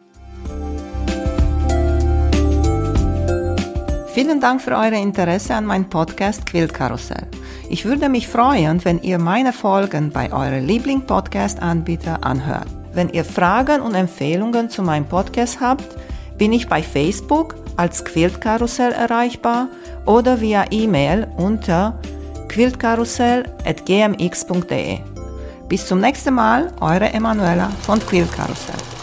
Vielen Dank für euer Interesse an meinem Podcast Quiltkarussell. Ich würde mich freuen, wenn ihr meine Folgen bei eurem Liebling-Podcast-Anbieter anhört. Wenn ihr Fragen und Empfehlungen zu meinem Podcast habt, bin ich bei Facebook als Quiltkarussell erreichbar oder via E-Mail unter quiltkarussell@gmx.de. Bis zum nächsten Mal, eure Emanuela von Quiltkarussell.